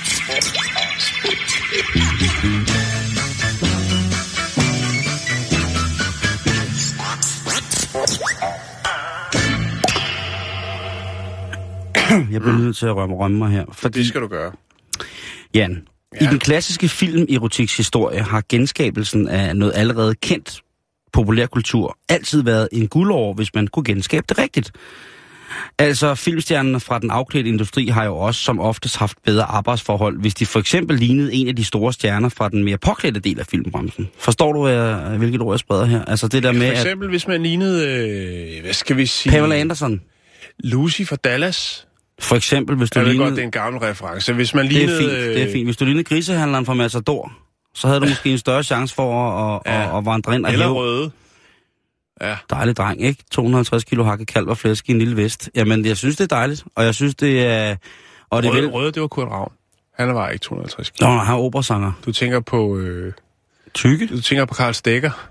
Speaker 4: Jeg bliver nødt til at rømme, rømme mig her.
Speaker 5: Fordi... Det skal du gøre.
Speaker 4: Jan, ja. I den klassiske film-erotiks historie har genskabelsen af noget allerede kendt populærkultur altid været en guldår, hvis man kunne genskabe det rigtigt. Altså, filmstjernerne fra den afklædte industri har jo også som oftest haft bedre arbejdsforhold, hvis de for eksempel lignede en af de store stjerner fra den mere påklædte del af filmbranchen. Forstår du, hvilket ord jeg spreder her? Altså det der med,
Speaker 5: for eksempel, at... hvis man lignede, øh, hvad skal vi sige...
Speaker 4: Pamela Anderson.
Speaker 5: Lucy fra Dallas.
Speaker 4: For eksempel, hvis du
Speaker 5: jeg
Speaker 4: lignede...
Speaker 5: Jeg ved godt, det er en gammel reference. Hvis man lignede...
Speaker 4: Det er fint, det er fint. Hvis du lignede grisehandleren fra Matador, så havde du måske en større chance for at, at, ja. at, at vandre ind og
Speaker 5: eller
Speaker 4: hæve...
Speaker 5: røde. Ja.
Speaker 4: Dejlig dreng, ikke? to hundrede og halvtreds kilo hakket kalv og flæsk i en lille vest. Jamen, jeg synes, det er dejligt, og jeg synes, det er... Og det
Speaker 5: røde,
Speaker 4: vil...
Speaker 5: røde, det var Kurt Ravn. Han var ikke to hundrede og halvtreds kilo.
Speaker 4: Nå, han er operasanger.
Speaker 5: Du tænker på... Øh...
Speaker 4: Tykke?
Speaker 5: Du tænker på Karl Stikker.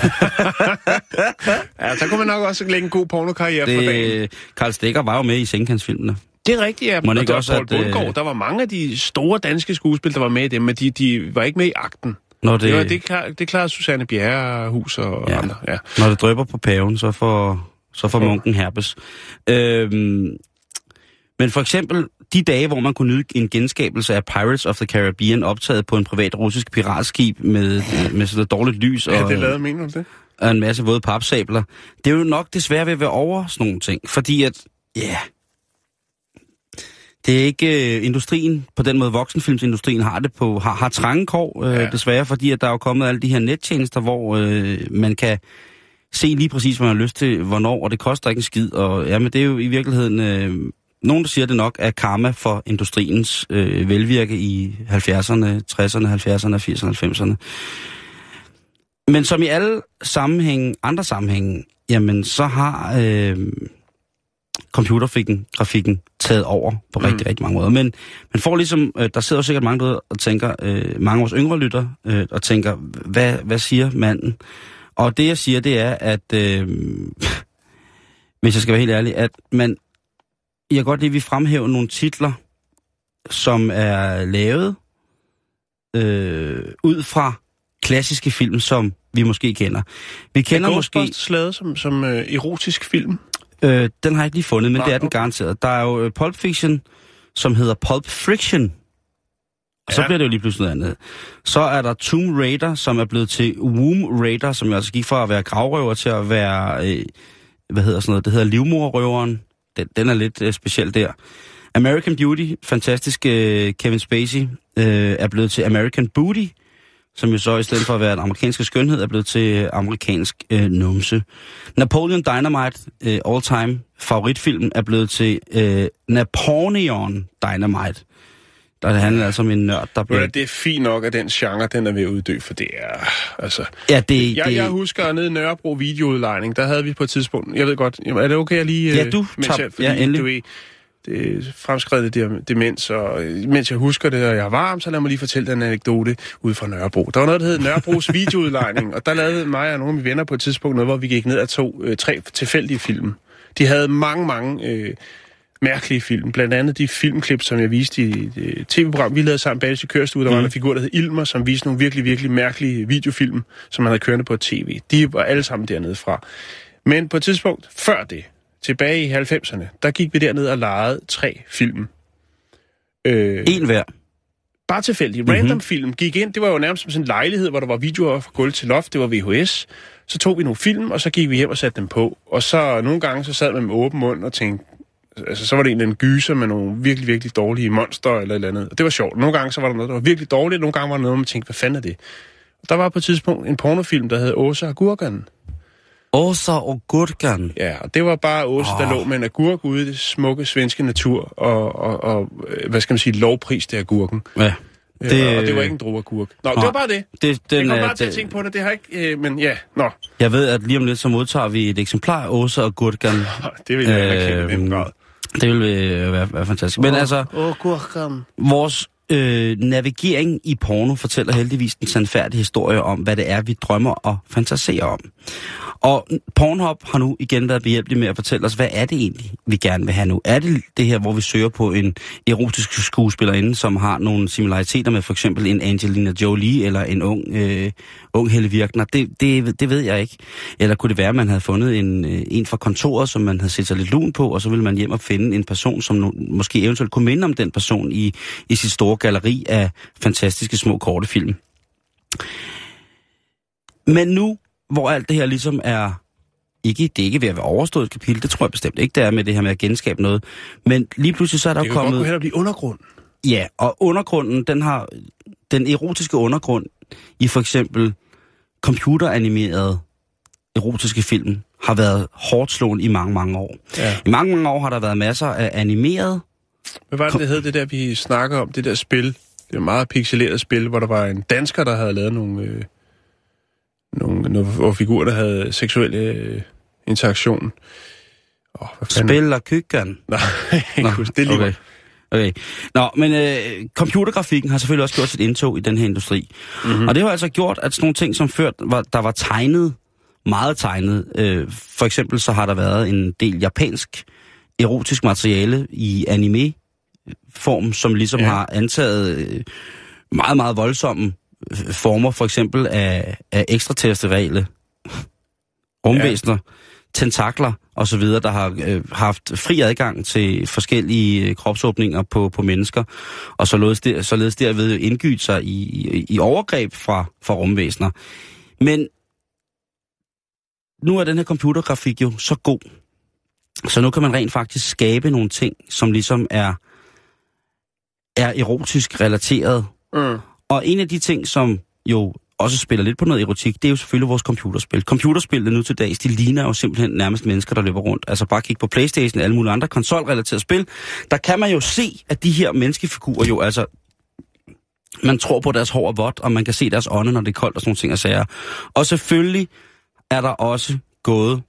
Speaker 5: Ja, så kunne man nok også lægge en god pornokarriere det... for dagen.
Speaker 4: Karl Stikker var jo med i Sengekantsfilmene.
Speaker 5: Det er rigtigt, ja.
Speaker 4: Må det ikke
Speaker 5: også, Paul Bundgaard, øh... der var mange af de store danske skuespillere, der var med i dem, men de, de var ikke med i akten.
Speaker 4: Når det...
Speaker 5: Det, var, det, klar, det klarede Susanne Bjerrehus og
Speaker 4: ja.
Speaker 5: andre. Ja.
Speaker 4: Når det drypper på paven, så får Så får munken herpes. Øhm, men for eksempel de dage, hvor man kunne nyde en genskabelse af Pirates of the Caribbean, optaget på en privat russisk piratskib med, med sådan et dårligt lys og,
Speaker 5: ja, det lavede, mener du det?
Speaker 4: og en masse våde papsabler. Det er jo nok desværre ved at være over sådan nogle ting, fordi at, ja... Yeah, det er ikke øh, industrien, på den måde voksenfilmsindustrien har det på, har, har trange kår, øh, ja. desværre, fordi at der er jo kommet alle de her nettjenester, hvor øh, man kan se lige præcis, hvad man har lyst til, hvornår, og det koster ikke en skid, og ja, men det er jo i virkeligheden, øh, nogen der siger det nok, er karma for industriens øh, velvirke i halvfjerdserne, tresserne, halvfjerdserne, firserne, halvfemserne. Men som i alle sammenhænge, andre sammenhænge, jamen så har... Øh, computergrafikken grafikken taget over på rigtig, mm. rigtig mange måder. Men man får ligesom, øh, der sidder jo sikkert mange derude og tænker, øh, mange af vores yngre lytter, øh, og tænker, hvad, hvad siger manden? Og det jeg siger, det er, at, øh, hvis jeg skal være helt ærlig, at man, jeg kan godt lide, at vi fremhæver nogle titler, som er lavet øh, ud fra klassiske film, som vi måske kender. Vi kender
Speaker 5: er
Speaker 4: måske...
Speaker 5: Ghostbusters lavet som, som øh, erotisk film?
Speaker 4: Øh, den har jeg ikke lige fundet, men
Speaker 5: Nej,
Speaker 4: det er den
Speaker 5: okay.
Speaker 4: garanteret. Der er jo Pulp Fiction, som hedder Pulp Friction. Og ja. Så bliver det jo lige pludselig noget andet. Så er der Tomb Raider, som er blevet til Womb Raider, som jo altså gik fra at være gravrøver til at være, øh, hvad hedder sådan noget, det hedder livmorrøveren. Den, den er lidt øh, speciel der. American Beauty, fantastisk øh, Kevin Spacey, øh, er blevet til American Booty, som jo så i stedet for at være en amerikansk skønhed, er blevet til amerikansk øh, numse. Napoleon Dynamite, øh, all-time favoritfilm, er blevet til øh, Napoleon Dynamite. Der handler altså om en nørd, der bliver...
Speaker 5: Ja, det er fint nok, at den genre, den er ved at uddø, for det er... Altså...
Speaker 4: Ja, det...
Speaker 5: Jeg,
Speaker 4: det...
Speaker 5: jeg husker nede i Nørrebro videoudlejning, der havde vi på et tidspunkt... Jeg ved godt, er det okay at lige...
Speaker 4: Ja, du
Speaker 5: mens
Speaker 4: tab...
Speaker 5: jeg, fordi,
Speaker 4: ja, endelig.
Speaker 5: Du ved, det fremskredet demens, og mens jeg husker det, og jeg er varm, så lad mig lige fortælle den anekdote ude fra Nørrebro. Der var noget, der hed Nørrebros videoudlejning, og der lavede mig og nogle af mine venner på et tidspunkt noget, hvor vi gik ned og tog øh, tre tilfældige film. De havde mange, mange øh, mærkelige film. Blandt andet de filmklip, som jeg viste i et tv-program, vi lavede sammen bag i kørestue. Der var mm. en figur, der hed Ilmer, som viste nogle virkelig, virkelig mærkelige videofilm, som man havde kørende på tv. De var alle sammen dernede fra. Men på et tidspunkt før det, tilbage i halvfemserne, der gik vi derned og legede tre film. Øh,
Speaker 4: en hver.
Speaker 5: Bare tilfældigt. Random mm-hmm. film gik ind. Det var jo nærmest som sådan en lejlighed, hvor der var videoer fra gulv til loft. Det var V H S. Så tog vi nogle film, og så gik vi hjem og satte dem på. Og så nogle gange, så sad man med åben mund og tænkte... Altså, så var det en eller anden gyser med nogle virkelig, virkelig dårlige monster eller et eller andet. Og det var sjovt. Nogle gange, så var der noget, der var virkelig dårligt. Nogle gange var der noget, man tænkte, hvad fanden er det? Og der var på et tidspunkt en pornofilm, der hed Åsa og Gurken.
Speaker 4: Åsa og Gurken?
Speaker 5: Ja, og det var bare Åsa, oh. der lå med en agurk ude i det smukke svenske natur, og, og, og hvad skal man sige, lovpris til agurken.
Speaker 4: Ja.
Speaker 5: Det, øh, og det var ikke en droagurk. Nå, Nå, det var bare det. det den, jeg kom bare til at tænke på det, det har ikke... Øh, men ja, nå.
Speaker 4: Jeg ved, at lige om lidt, så modtager vi et eksemplar af Åsa og Gurken.
Speaker 5: Det vil jeg øh, ikke kende.
Speaker 4: Det vil øh, være, være fantastisk. Men oh, altså,
Speaker 5: oh, Gurken.
Speaker 4: Vores øh, navigering i porno fortæller heldigvis en sandfærdig historie om, hvad det er, vi drømmer og fantaserer om. Og Pornhub har nu igen været behjælpelig med at fortælle os, hvad er det egentlig, vi gerne vil have nu? Er det det her, hvor vi søger på en erotisk skuespillerinde, som har nogle similariteter med for eksempel en Angelina Jolie eller en ung, øh, ung Helle Virkner? Det, det, det ved jeg ikke. Eller kunne det være, at man havde fundet en, en fra kontoret, som man havde set sig lidt lun på, og så ville man hjem og finde en person, som nu, måske eventuelt kunne minde om den person i, i sit store galleri af fantastiske små korte film. Men nu, hvor alt det her ligesom er, ikke, det er ikke ved at være overstået et kapitel, det tror jeg bestemt ikke, det er med det her med at genskabe noget, men lige pludselig så er der
Speaker 5: det
Speaker 4: jo kommet...
Speaker 5: Det kan godt gå hen og blive undergrund.
Speaker 4: Ja, og undergrunden, den har, den erotiske undergrund i for eksempel computeranimerede erotiske film, har været hårdt slående i mange, mange år. Ja. I mange, mange år har der været masser af animeret...
Speaker 5: Hvad var det, det hed, det der, vi snakker om, det der spil? Det er et meget pixeleret spil, hvor der var en dansker, der havde lavet nogle... Øh... Nogle, nogle figurer, der havde seksuelle øh, interaktion. Oh,
Speaker 4: Spil og kykken?
Speaker 5: Nej, Nå, det er lige
Speaker 4: okay. okay. Nå, men øh, computergrafikken har selvfølgelig også gjort sit indtog i den her industri. Mm-hmm. Og det har altså gjort, at sådan nogle ting, som før var, der var tegnet, meget tegnet. Øh, for eksempel så har der været en del japansk erotisk materiale i anime-form, som ligesom ja. har antaget øh, meget, meget voldsomme former, for eksempel af, af ekstraterrestriale rumvæsener, ja. tentakler, og så videre, der har øh, haft fri adgang til forskellige øh, kropsåbninger på, på mennesker, og således, der, således derved indgyde sig i, i, i overgreb fra, fra rumvæsener. Men nu er den her computergrafik jo så god, så nu kan man rent faktisk skabe nogle ting, som ligesom er, er erotisk relateret. Mm. Og en af de ting, som jo også spiller lidt på noget erotik, det er jo selvfølgelig vores computerspil. Computerspillene nu til dags, de ligner jo simpelthen nærmest mennesker, der løber rundt. Altså bare kig på PlayStation og alle mulige andre konsolrelaterede spil. Der kan man jo se, at de her menneskefigurer jo altså... Man tror på deres hår og vådt, og man kan se deres ånde, når det er koldt og sådan nogle ting og sager. Og selvfølgelig er der også gået...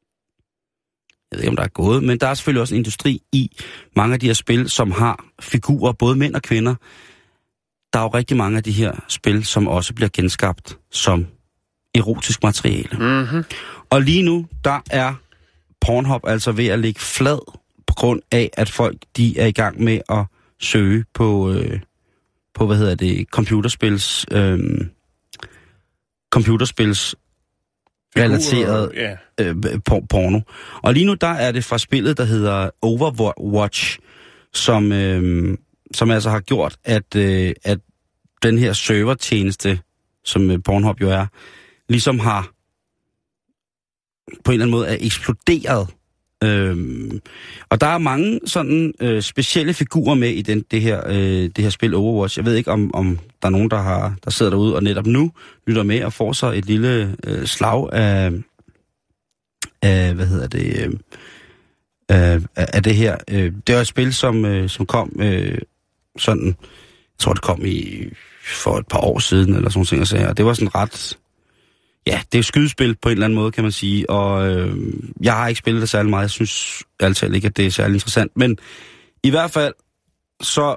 Speaker 4: Jeg ved ikke, om der er gået, men der er selvfølgelig også en industri i mange af de her spil, som har figurer, både mænd og kvinder. Der er jo rigtig mange af de her spil, som også bliver genskabt som erotisk materiale. Mm-hmm. Og lige nu, der er Pornhub altså ved at ligge flad på grund af, at folk de er i gang med at søge på, øh, på hvad hedder det, computerspils, øh, computerspils relateret yeah. øh, porno. Og lige nu, der er det fra spillet, der hedder Overwatch, som... Øh, som altså har gjort, at, øh, at den her servertjeneste, som øh, Pornhub jo er, ligesom har på en eller anden måde er eksploderet. Øhm, og der er mange sådan øh, specielle figurer med i den, det, her, øh, det her spil Overwatch. Jeg ved ikke, om, om der er nogen, der, har, der sidder derude og netop nu lytter med og får sig et lille øh, slag af, af, hvad hedder det... Øh, af, af det her. Øh, det var et spil, som, øh, som kom... Øh, sådan, jeg tror det kom i for et par år siden, eller sådan noget, og det var sådan ret, ja, det er jo skydespil på en eller anden måde, kan man sige, og øh, jeg har ikke spillet det særlig meget, jeg synes altid ikke, at det er særlig interessant, men i hvert fald, så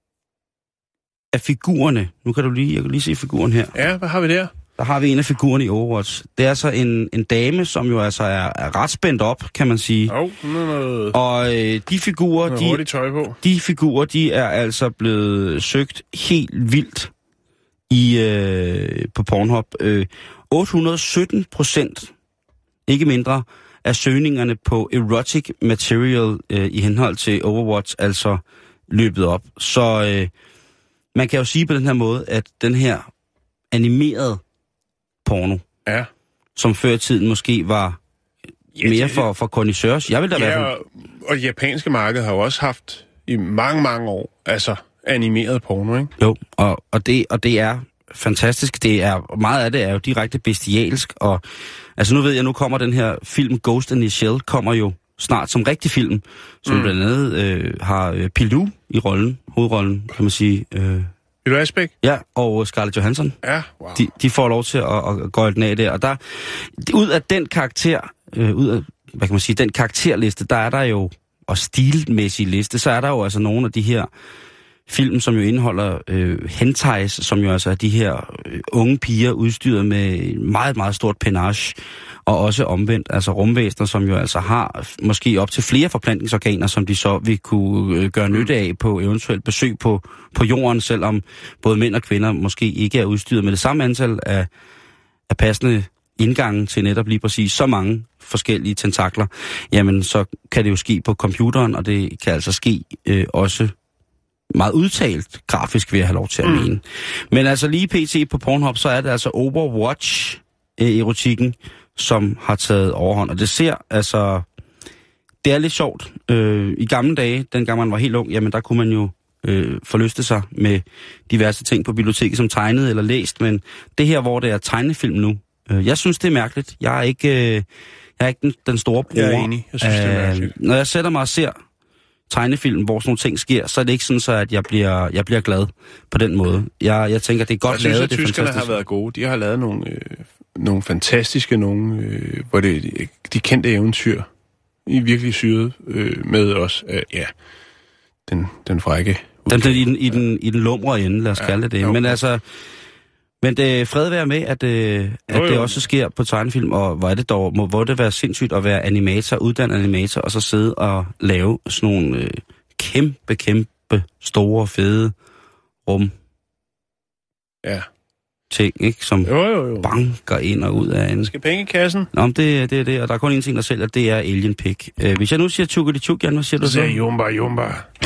Speaker 4: er figurerne, nu kan du lige, jeg kan lige se figuren her.
Speaker 5: Ja, hvad har vi der?
Speaker 4: Der har vi en af figurerne i Overwatch. Det er så en, en dame, som jo altså er, er ret spændt op, kan man sige.
Speaker 5: Oh, noget,
Speaker 4: og øh, de figurer, de,
Speaker 5: tøj på.
Speaker 4: de figurer, de er altså blevet søgt helt vildt i øh, på Pornhub. Øh, otte hundrede og sytten procent, ikke mindre, af søgningerne på erotic material øh, i henhold til Overwatch, altså løbet op. Så øh, man kan jo sige på den her måde, at den her animerede porno,
Speaker 5: ja.
Speaker 4: som før i tiden måske var ja, mere for, for connoisseurs. Jeg vil da
Speaker 5: ja,
Speaker 4: være...
Speaker 5: Og, og det japanske marked har jo også haft i mange, mange år, altså animeret porno, ikke?
Speaker 4: Jo, og, og, det, og det er fantastisk. Det er, meget af det er jo direkte bestialsk, og altså nu ved jeg, nu kommer den her film Ghost in the Shell, kommer jo snart som rigtig film, som mm. blandt andet øh, har øh, Pilou i rollen, hovedrollen, kan man sige. Øh,
Speaker 5: Pilou Asbæk?
Speaker 4: Ja, og Scarlett Johansson.
Speaker 5: Ja, wow.
Speaker 4: De, de får lov til at, at gå den af der, og der, ud af den karakter, øh, ud af, hvad kan man sige, den karakterliste, der er der jo, og stilmæssig liste, så er der jo altså nogle af de her film, som jo indeholder øh, hentais, som jo altså er de her øh, unge piger udstyret med meget, meget stort penage, og også omvendt, altså rumvæsener, som jo altså har måske op til flere forplantningsorganer, som de så vil kunne øh, gøre nytte af på eventuelt besøg på, på jorden, selvom både mænd og kvinder måske ikke er udstyret med det samme antal af, af passende indgangen til netop lige præcis så mange forskellige tentakler, jamen så kan det jo ske på computeren, og det kan altså ske øh, også meget udtalt grafisk, vil jeg have lov til at mene. Mm. Men altså lige pt. På Pornhub, så er det altså Overwatch-erotikken, som har taget overhånd. Og det ser altså... Det er lidt sjovt. Øh, I gamle dage, dengang man var helt ung, jamen der kunne man jo øh, forlyste sig med diverse ting på biblioteket, som tegnede eller læst. Men det her, hvor det er tegnefilm nu, øh, jeg synes, det er mærkeligt. Jeg er ikke, øh, jeg er ikke den, den store bruger.
Speaker 5: Jeg er enig. Jeg synes, øh, det er mærkeligt.
Speaker 4: Når jeg sætter mig og ser tegnefilm, hvor sådan nogle ting sker, så er det ikke sådan, så at jeg bliver, jeg bliver glad på den måde. Jeg, jeg tænker, det er godt
Speaker 5: jeg
Speaker 4: lavet.
Speaker 5: Jeg synes, at tyskerne har været gode. De har lavet nogle, øh, nogle fantastiske, nogle, øh, hvor det de kendte eventyr i virkelig syret øh, med os. Øh, ja, den, den frække.
Speaker 4: Den, den, i, den, i, den, I den lumre ende, lad os ja, kalde det det. Okay. Men altså, men det fred være med, at, øh, at jo, jo. det også sker på tegnefilm, og hvor er det dog, må, hvor det være sindssygt at være animator, uddannet animator, og så sidde og lave sådan nogle øh, kæmpe, kæmpe, store, fede rum.
Speaker 5: Ja.
Speaker 4: ting, ikke? Som
Speaker 5: Jo, jo, jo.
Speaker 4: banker ind og ud af en...
Speaker 5: Skal penge i kassen?
Speaker 4: Nå, men det, det er det, og der er kun en ting, der sælger, det er Alien Pig. Øh, hvis jeg nu siger tjukke det tjuk, Jan, hvad siger du så?
Speaker 5: Så siger jumba, jumba.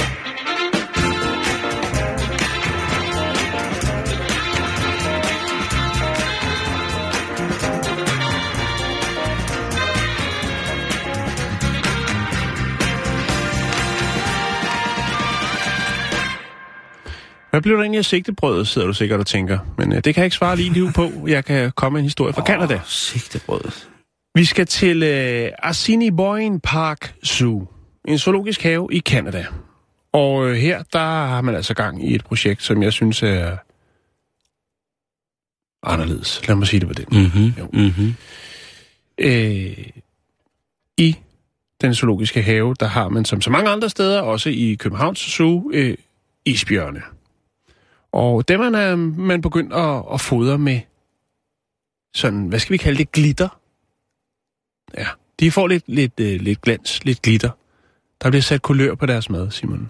Speaker 5: Hvad blev der egentlig af sigtebrødet, sidder du sikkert og tænker. Men øh, det kan jeg ikke svare lige liv på. Jeg kan komme med en historie fra oh, Canada.
Speaker 4: Sigtebrødet.
Speaker 5: Vi skal til øh, Assiniboine Park Zoo. En zoologisk have i Canada. Og øh, her, der har man altså gang i et projekt, som jeg synes er anderledes. Lad mig sige det på den.
Speaker 4: Mm-hmm. Jo. Mm-hmm.
Speaker 5: Øh, I den zoologiske have, der har man som så mange andre steder, også i Københavns Zoo, øh, isbjørne. Og dem er man begyndt at, at fodre med sådan, hvad skal vi kalde det, glitter. Ja, de får lidt, lidt, uh, lidt glans, lidt glitter. Der bliver sat kulør på deres mad, Simon.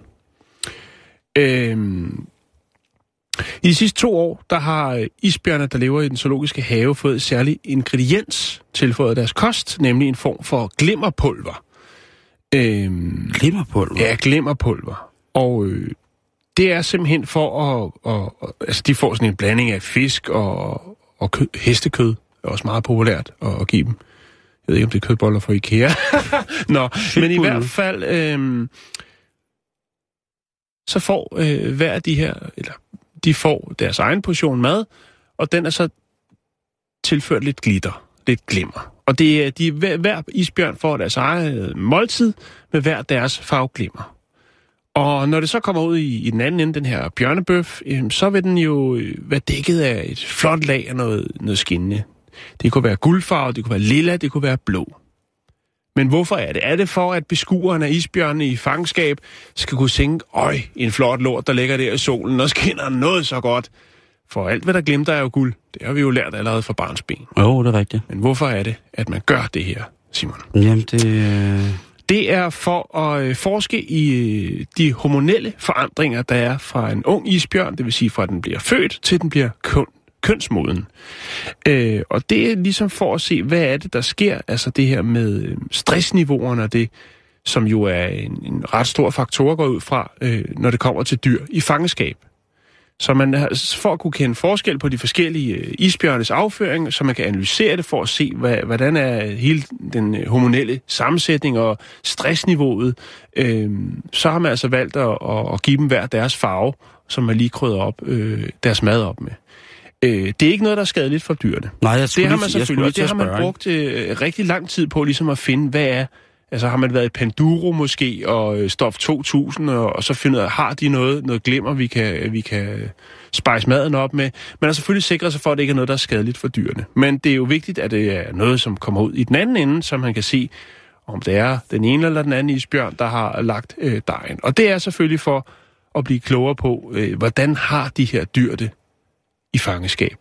Speaker 5: Øhm, I de sidste to år, der har isbjørne, der lever i den zoologiske have, fået et særligt ingrediens tilføjet af deres kost, nemlig en form for glimmerpulver. Øhm,
Speaker 4: glimmerpulver?
Speaker 5: Ja, glimmerpulver. Og øh, det er simpelthen for at, at, at... Altså, de får sådan en blanding af fisk og, og kød, hestekød. Det er også meget populært at, at give dem. Jeg ved ikke, om det er kødboller fra IKEA. Nå, men i hvert fald... Øh, så får øh, hver af de her... Eller de får deres egen portion mad, og den er så tilført lidt glitter. Lidt glimmer. Og det er de, hver, hver isbjørn får deres eget måltid med hver deres farveglimmer. Og når det så kommer ud i, i den anden ende, den her bjørnebøf, øh, så vil den jo øh, være dækket af et flot lag af noget, noget skinnende. Det kunne være guldfarve, det kunne være lilla, det kunne være blå. Men hvorfor er det? Er det for, at beskueren af isbjørnene i fangenskab skal kunne synge, øj, en flot lort, der ligger der i solen, og skinner noget så godt? For alt, hvad der glimter, er jo guld. Det har vi jo lært allerede fra barnsben.
Speaker 4: Jo, det er rigtigt.
Speaker 5: Men hvorfor er det, at man gør det her, Simon?
Speaker 4: Jamen, det...
Speaker 5: Det er for at forske i de hormonelle forandringer, der er fra en ung isbjørn, det vil sige fra at den bliver født, til den bliver køn, kønsmoden. Øh, og det er ligesom for at se, hvad er det, der sker, altså det her med stressniveauerne og det, som jo er en, en ret stor faktor at gå ud fra, øh, når det kommer til dyr i fangenskab. Så man for at kunne kende forskel på de forskellige isbjørnes afføring, så man kan analysere det for at se, hvad, hvordan er hele den hormonelle sammensætning og stressniveauet, øh, så har man altså valgt at, at give dem hver deres farve, som man lige krydder op øh, deres mad op med. Øh, det er ikke noget, der er skadeligt for dyrene.
Speaker 4: Nej, jeg skulle
Speaker 5: det har man
Speaker 4: lige,
Speaker 5: selvfølgelig, og det har man
Speaker 4: spørge,
Speaker 5: brugt øh, rigtig lang tid på ligesom at finde, hvad er. Altså har man været i Panduro måske, og øh, Stof to tusind, og, og så finder ud af, har de noget, noget glimmer, vi kan, vi kan spice maden op med. Man har selvfølgelig sikret sig for, at det ikke er noget, der er skadeligt for dyrene. Men det er jo vigtigt, at det er noget, som kommer ud i den anden ende, så man kan se, om det er den ene eller den anden isbjørn, der har lagt øh, dejen. Og det er selvfølgelig for at blive klogere på, øh, hvordan har de her dyr det i fangeskab.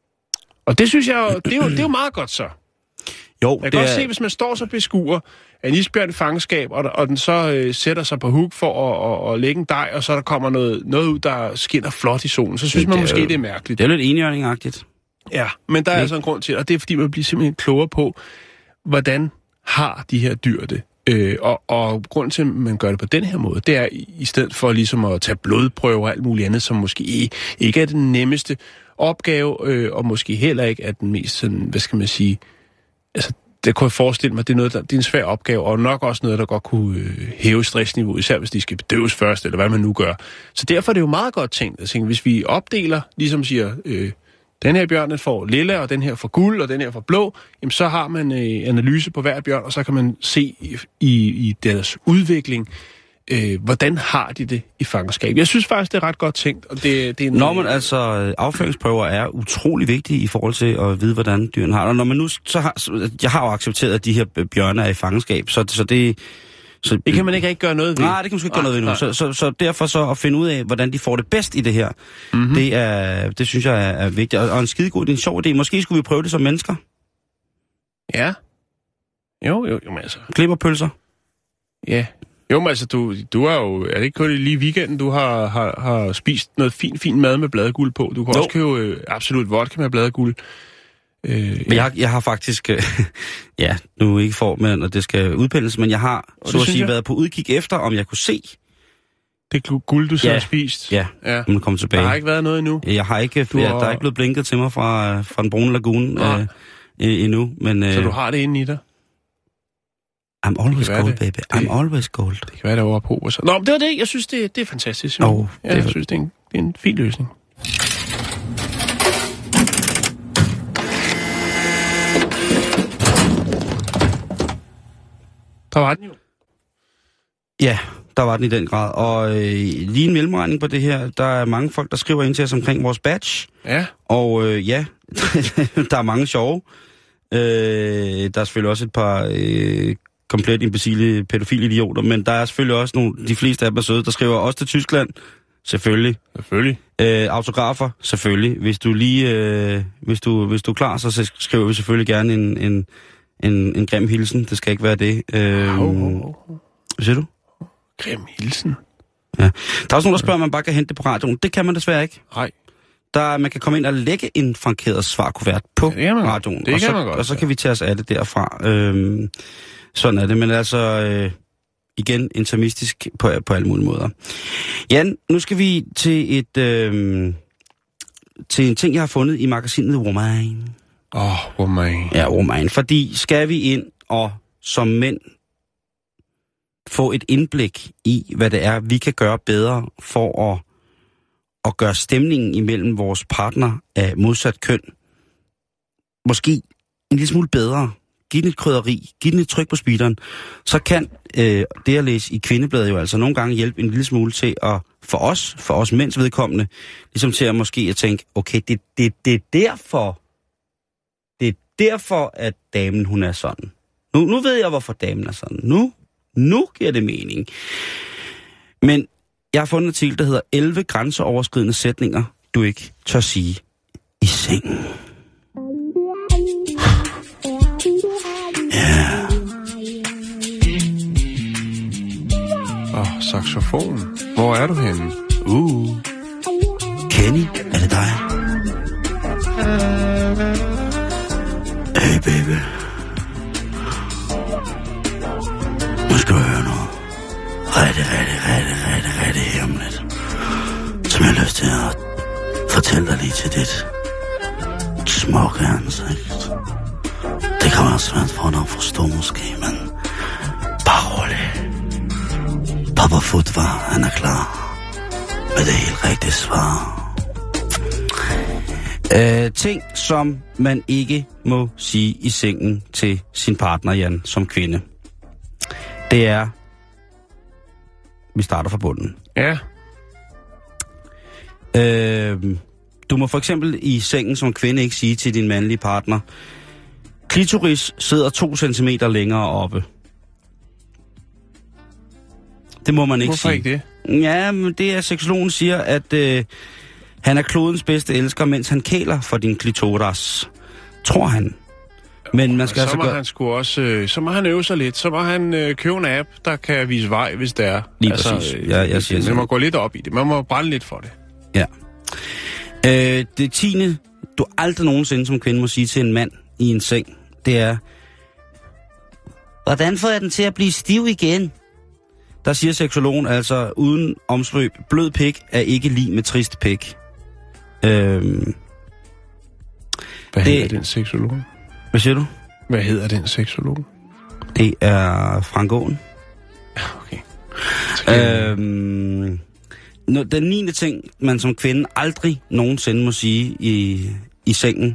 Speaker 5: Og det synes jeg, det er jo, det er jo meget godt så.
Speaker 4: Jo,
Speaker 5: jeg kan
Speaker 4: det
Speaker 5: godt
Speaker 4: er...
Speaker 5: se, hvis man står så beskuer af en isbjørn i fangenskab, og, og den så øh, sætter sig på huk for at, at, at lægge en dej, og så der kommer noget, noget ud, der skinner flot i solen, så synes det, man det måske, jo, det er mærkeligt.
Speaker 4: Det er lidt enhjørning-agtigt.
Speaker 5: Ja, men der er altså en grund til, og det er fordi, man bliver simpelthen klogere på, hvordan har de her dyr det. Øh, og, og grunden til, at man gør det på den her måde, det er i stedet for ligesom at tage blodprøver og alt muligt andet, som måske ikke er den nemmeste opgave, øh, og måske heller ikke er den mest sådan, hvad skal man sige, altså det kunne jeg forestille mig, det er, noget, der, det er en svær opgave, og nok også noget, der godt kunne øh, hæve stressniveauet, især hvis de skal bedøves først, eller hvad man nu gør. Så derfor er det jo meget godt tænkt. Altså, hvis vi opdeler, ligesom siger, øh, den her bjørn får lilla, og den her får guld, og den her får blå, jamen, så har man øh, analyse på hver bjørn, og så kan man se i, i, i deres udvikling, øh, hvordan har de det i fangenskab. Jeg synes faktisk, det er ret godt tænkt. Og det, det er
Speaker 4: Nå, men altså, afføringsprøver er utrolig vigtige i forhold til at vide, hvordan dyrene har det. Og når man nu, så har, jeg har jo accepteret, at de her bjørne er i fangenskab, så, så det... Så,
Speaker 5: det kan man ikke rigtig gøre noget ved.
Speaker 4: Nej, det kan man sgu ikke gøre noget ved nu. Så, så, så derfor så at finde ud af, hvordan de får det bedst i det her, mm-hmm. det, er, det synes jeg er, er vigtigt. Og, og en skidegod, det er en sjov idé. Måske skulle vi prøve det som mennesker.
Speaker 5: Ja. Jo, jo, jo, men altså.
Speaker 4: Klipperpølser.
Speaker 5: Ja. Jo, men altså, du, du har jo... Er det ikke kun lige i weekenden, du har, har, har spist noget fin, fin mad med bladguld på? Du kan jo også købe øh, absolut vodka med bladguld. Øh,
Speaker 4: men ja. jeg, har, jeg har faktisk... Øh, ja, nu ikke for, men, og det skal udpændes, men jeg har, og så at sige, jeg? været på udkig efter, om jeg kunne se...
Speaker 5: Det guld, du så
Speaker 4: ja,
Speaker 5: har spist?
Speaker 4: Ja, ja. Nu kommer tilbage.
Speaker 5: Der har ikke været noget endnu?
Speaker 4: Jeg har ikke... Du ja, har... Der er ikke blevet blinket til mig fra, fra den brune lagune øh, endnu, men... Øh,
Speaker 5: så du har det inde i dig?
Speaker 4: I'm always gold, baby. Det, I'm always gold.
Speaker 5: Det kan være, der over på. Så. Nå, men det var det. Jeg synes, det, det er fantastisk.
Speaker 4: Oh,
Speaker 5: ja, det jeg synes, det er, en, det er en fin løsning. Der var den jo.
Speaker 4: Ja, der var den i den grad. Og øh, lige en mellemregning på det her, der er mange folk, der skriver ind til os omkring vores badge.
Speaker 5: Ja.
Speaker 4: Og øh, ja, der er mange sjove. Øh, der er selvfølgelig også et par... Øh, komplet imbecile, pædofile idioter, men der er selvfølgelig også nogle, de fleste af dem er søde, der skriver også til Tyskland, selvfølgelig.
Speaker 5: Selvfølgelig.
Speaker 4: Øh, autografer, selvfølgelig. Hvis du lige, øh, hvis du, hvis du er klar, så skriver vi selvfølgelig gerne en, en, en, en grim hilsen. Det skal ikke være det. Øh,
Speaker 5: oh, oh, oh.
Speaker 4: Hvad siger du?
Speaker 5: Grim hilsen?
Speaker 4: Ja. Der er også nogen, der spørger, om man bare kan hente det på radioen. Det kan man desværre ikke.
Speaker 5: Nej.
Speaker 4: Der, man kan komme ind og lægge en frankeret svarkuvert på
Speaker 5: ja, man,
Speaker 4: radioen.
Speaker 5: Det
Speaker 4: og
Speaker 5: kan
Speaker 4: så,
Speaker 5: man godt.
Speaker 4: Og så kan vi tage os af det derfra. Øh, Sådan er det, men altså øh, igen intermistisk på, på alle mulige måder. Jan, nu skal vi til et øh, til en ting, jeg har fundet i magasinet Woman.
Speaker 5: Åh, oh, Woman.
Speaker 4: Ja, Woman. Fordi skal vi ind og som mænd få et indblik i, hvad det er, vi kan gøre bedre for at, at gøre stemningen imellem vores partner af modsat køn måske en lille smule bedre. Giv den et krydderi, giv den et tryk på speederen, så kan øh, det at læse i Kvindebladet jo altså nogle gange hjælpe en lille smule til at, for os, for os mænds vedkommende, ligesom til at måske at tænke, okay, det, det, det er derfor, det er derfor, at damen hun er sådan. Nu, nu ved jeg, hvorfor damen er sådan. Nu, nu giver det mening. Men jeg har fundet en artikel, der hedder elleve grænseoverskridende sætninger, du ikke tør sige i sengen. Ja.
Speaker 5: Åh, oh, saxofon. Hvor er du henne?
Speaker 4: Uh. Kenny, er det dig? Hey baby. Nu skal du høre noget. Rigtig, rigtig, rigtig, rigtig, rigtig hemmeligt. Som jeg har lyst til at fortælle dig lige til dit smukke ansigt. Det kan man også svært for dig at forstå måske, men bare rolig. Papa Futvar, han er klar med det helt rigtige svar. Øh, ting, som man ikke må sige i sengen til sin partner, Jan, som kvinde. Det er, vi starter fra bunden.
Speaker 5: Ja.
Speaker 4: Øh, du må for eksempel i sengen som kvinde ikke sige til din mandlige partner, klitoris sidder to centimeter længere oppe. Det må man ikke
Speaker 5: Hvorfor
Speaker 4: sige.
Speaker 5: Hvorfor ikke det?
Speaker 4: Ja, men det er, seksologen siger, at øh, han er klodens bedste elsker, mens han kæler for din klitoris. Tror han. Men man skal
Speaker 5: så
Speaker 4: altså
Speaker 5: må
Speaker 4: gøre...
Speaker 5: han sgu også, øh, så må han øve sig lidt. Så må han øh, købe en app, der kan vise vej, hvis det er.
Speaker 4: Lige altså, præcis.
Speaker 5: Øh,
Speaker 4: ja, jeg siger
Speaker 5: man må gå lidt op i det. Man må brænde lidt for det.
Speaker 4: Ja. Øh, det tiende, du aldrig nogensinde som kvinde må sige til en mand i en seng, det er, hvordan får jeg den til at blive stiv igen? Der siger seksologen altså, uden omsløb, blød pik er ikke lig med trist pik. Øhm,
Speaker 5: Hvad
Speaker 4: det,
Speaker 5: hedder den seksolog?
Speaker 4: Hvad siger du?
Speaker 5: Hvad hedder den seksolog?
Speaker 4: Det er Frank Aaen.
Speaker 5: Okay.
Speaker 4: Øhm, den niende ting, man som kvinde aldrig nogensinde må sige i, i sengen.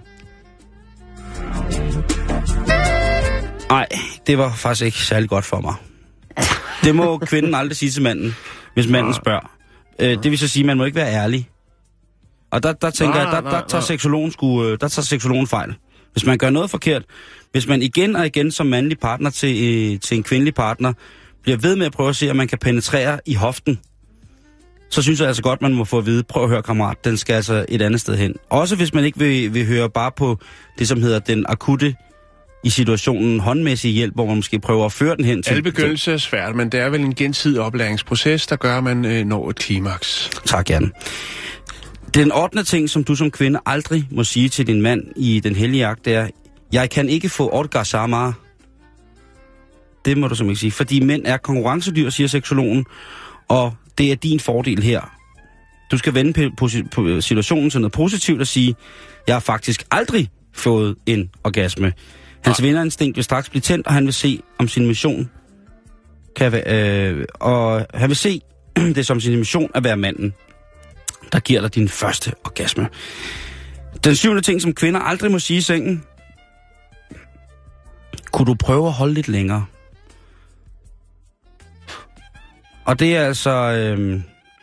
Speaker 4: Nej, det var faktisk ikke særlig godt for mig. Det må kvinden aldrig sige til manden, hvis manden spørger. Øh, det vil så sige, at man må ikke være ærlig. Og der, der tænker jeg, der, der, tager seksologen sgu, der tager seksologen fejl. Hvis man gør noget forkert, hvis man igen og igen som mandlig partner til, til en kvindelig partner, bliver ved med at prøve at se, at man kan penetrere i hoften, så synes jeg altså godt, man må få at vide, prøv at høre kammerat, den skal altså et andet sted hen. Også hvis man ikke vil, vil høre bare på det, som hedder den akutte i situationen håndmæssig hjælp, hvor man måske prøver at føre den hen til...
Speaker 5: Alle begyndelser er svært, men det er vel en gensidig oplæringsproces, der gør, at man øh, når et klimaks.
Speaker 4: Tak, Jan. Den ottende ting, som du som kvinde aldrig må sige til din mand i den hellige akt, det er, jeg kan ikke få orgasmer. Det må du som ikke sige, fordi mænd er konkurrencedyr, siger seksologen, og det er din fordel her. Du skal vende på, på situationen til noget positivt og sige, jeg har faktisk aldrig fået en orgasme. Hans vinderinstinkt vil straks blive tændt, og han vil se om sin mission kan være, øh, og han vil se det som sin mission at være manden, der giver dig din første orgasme. Den syvende ting, som kvinder aldrig må sige i sengen. Kunne du prøve at holde lidt længere? Og det er altså øh,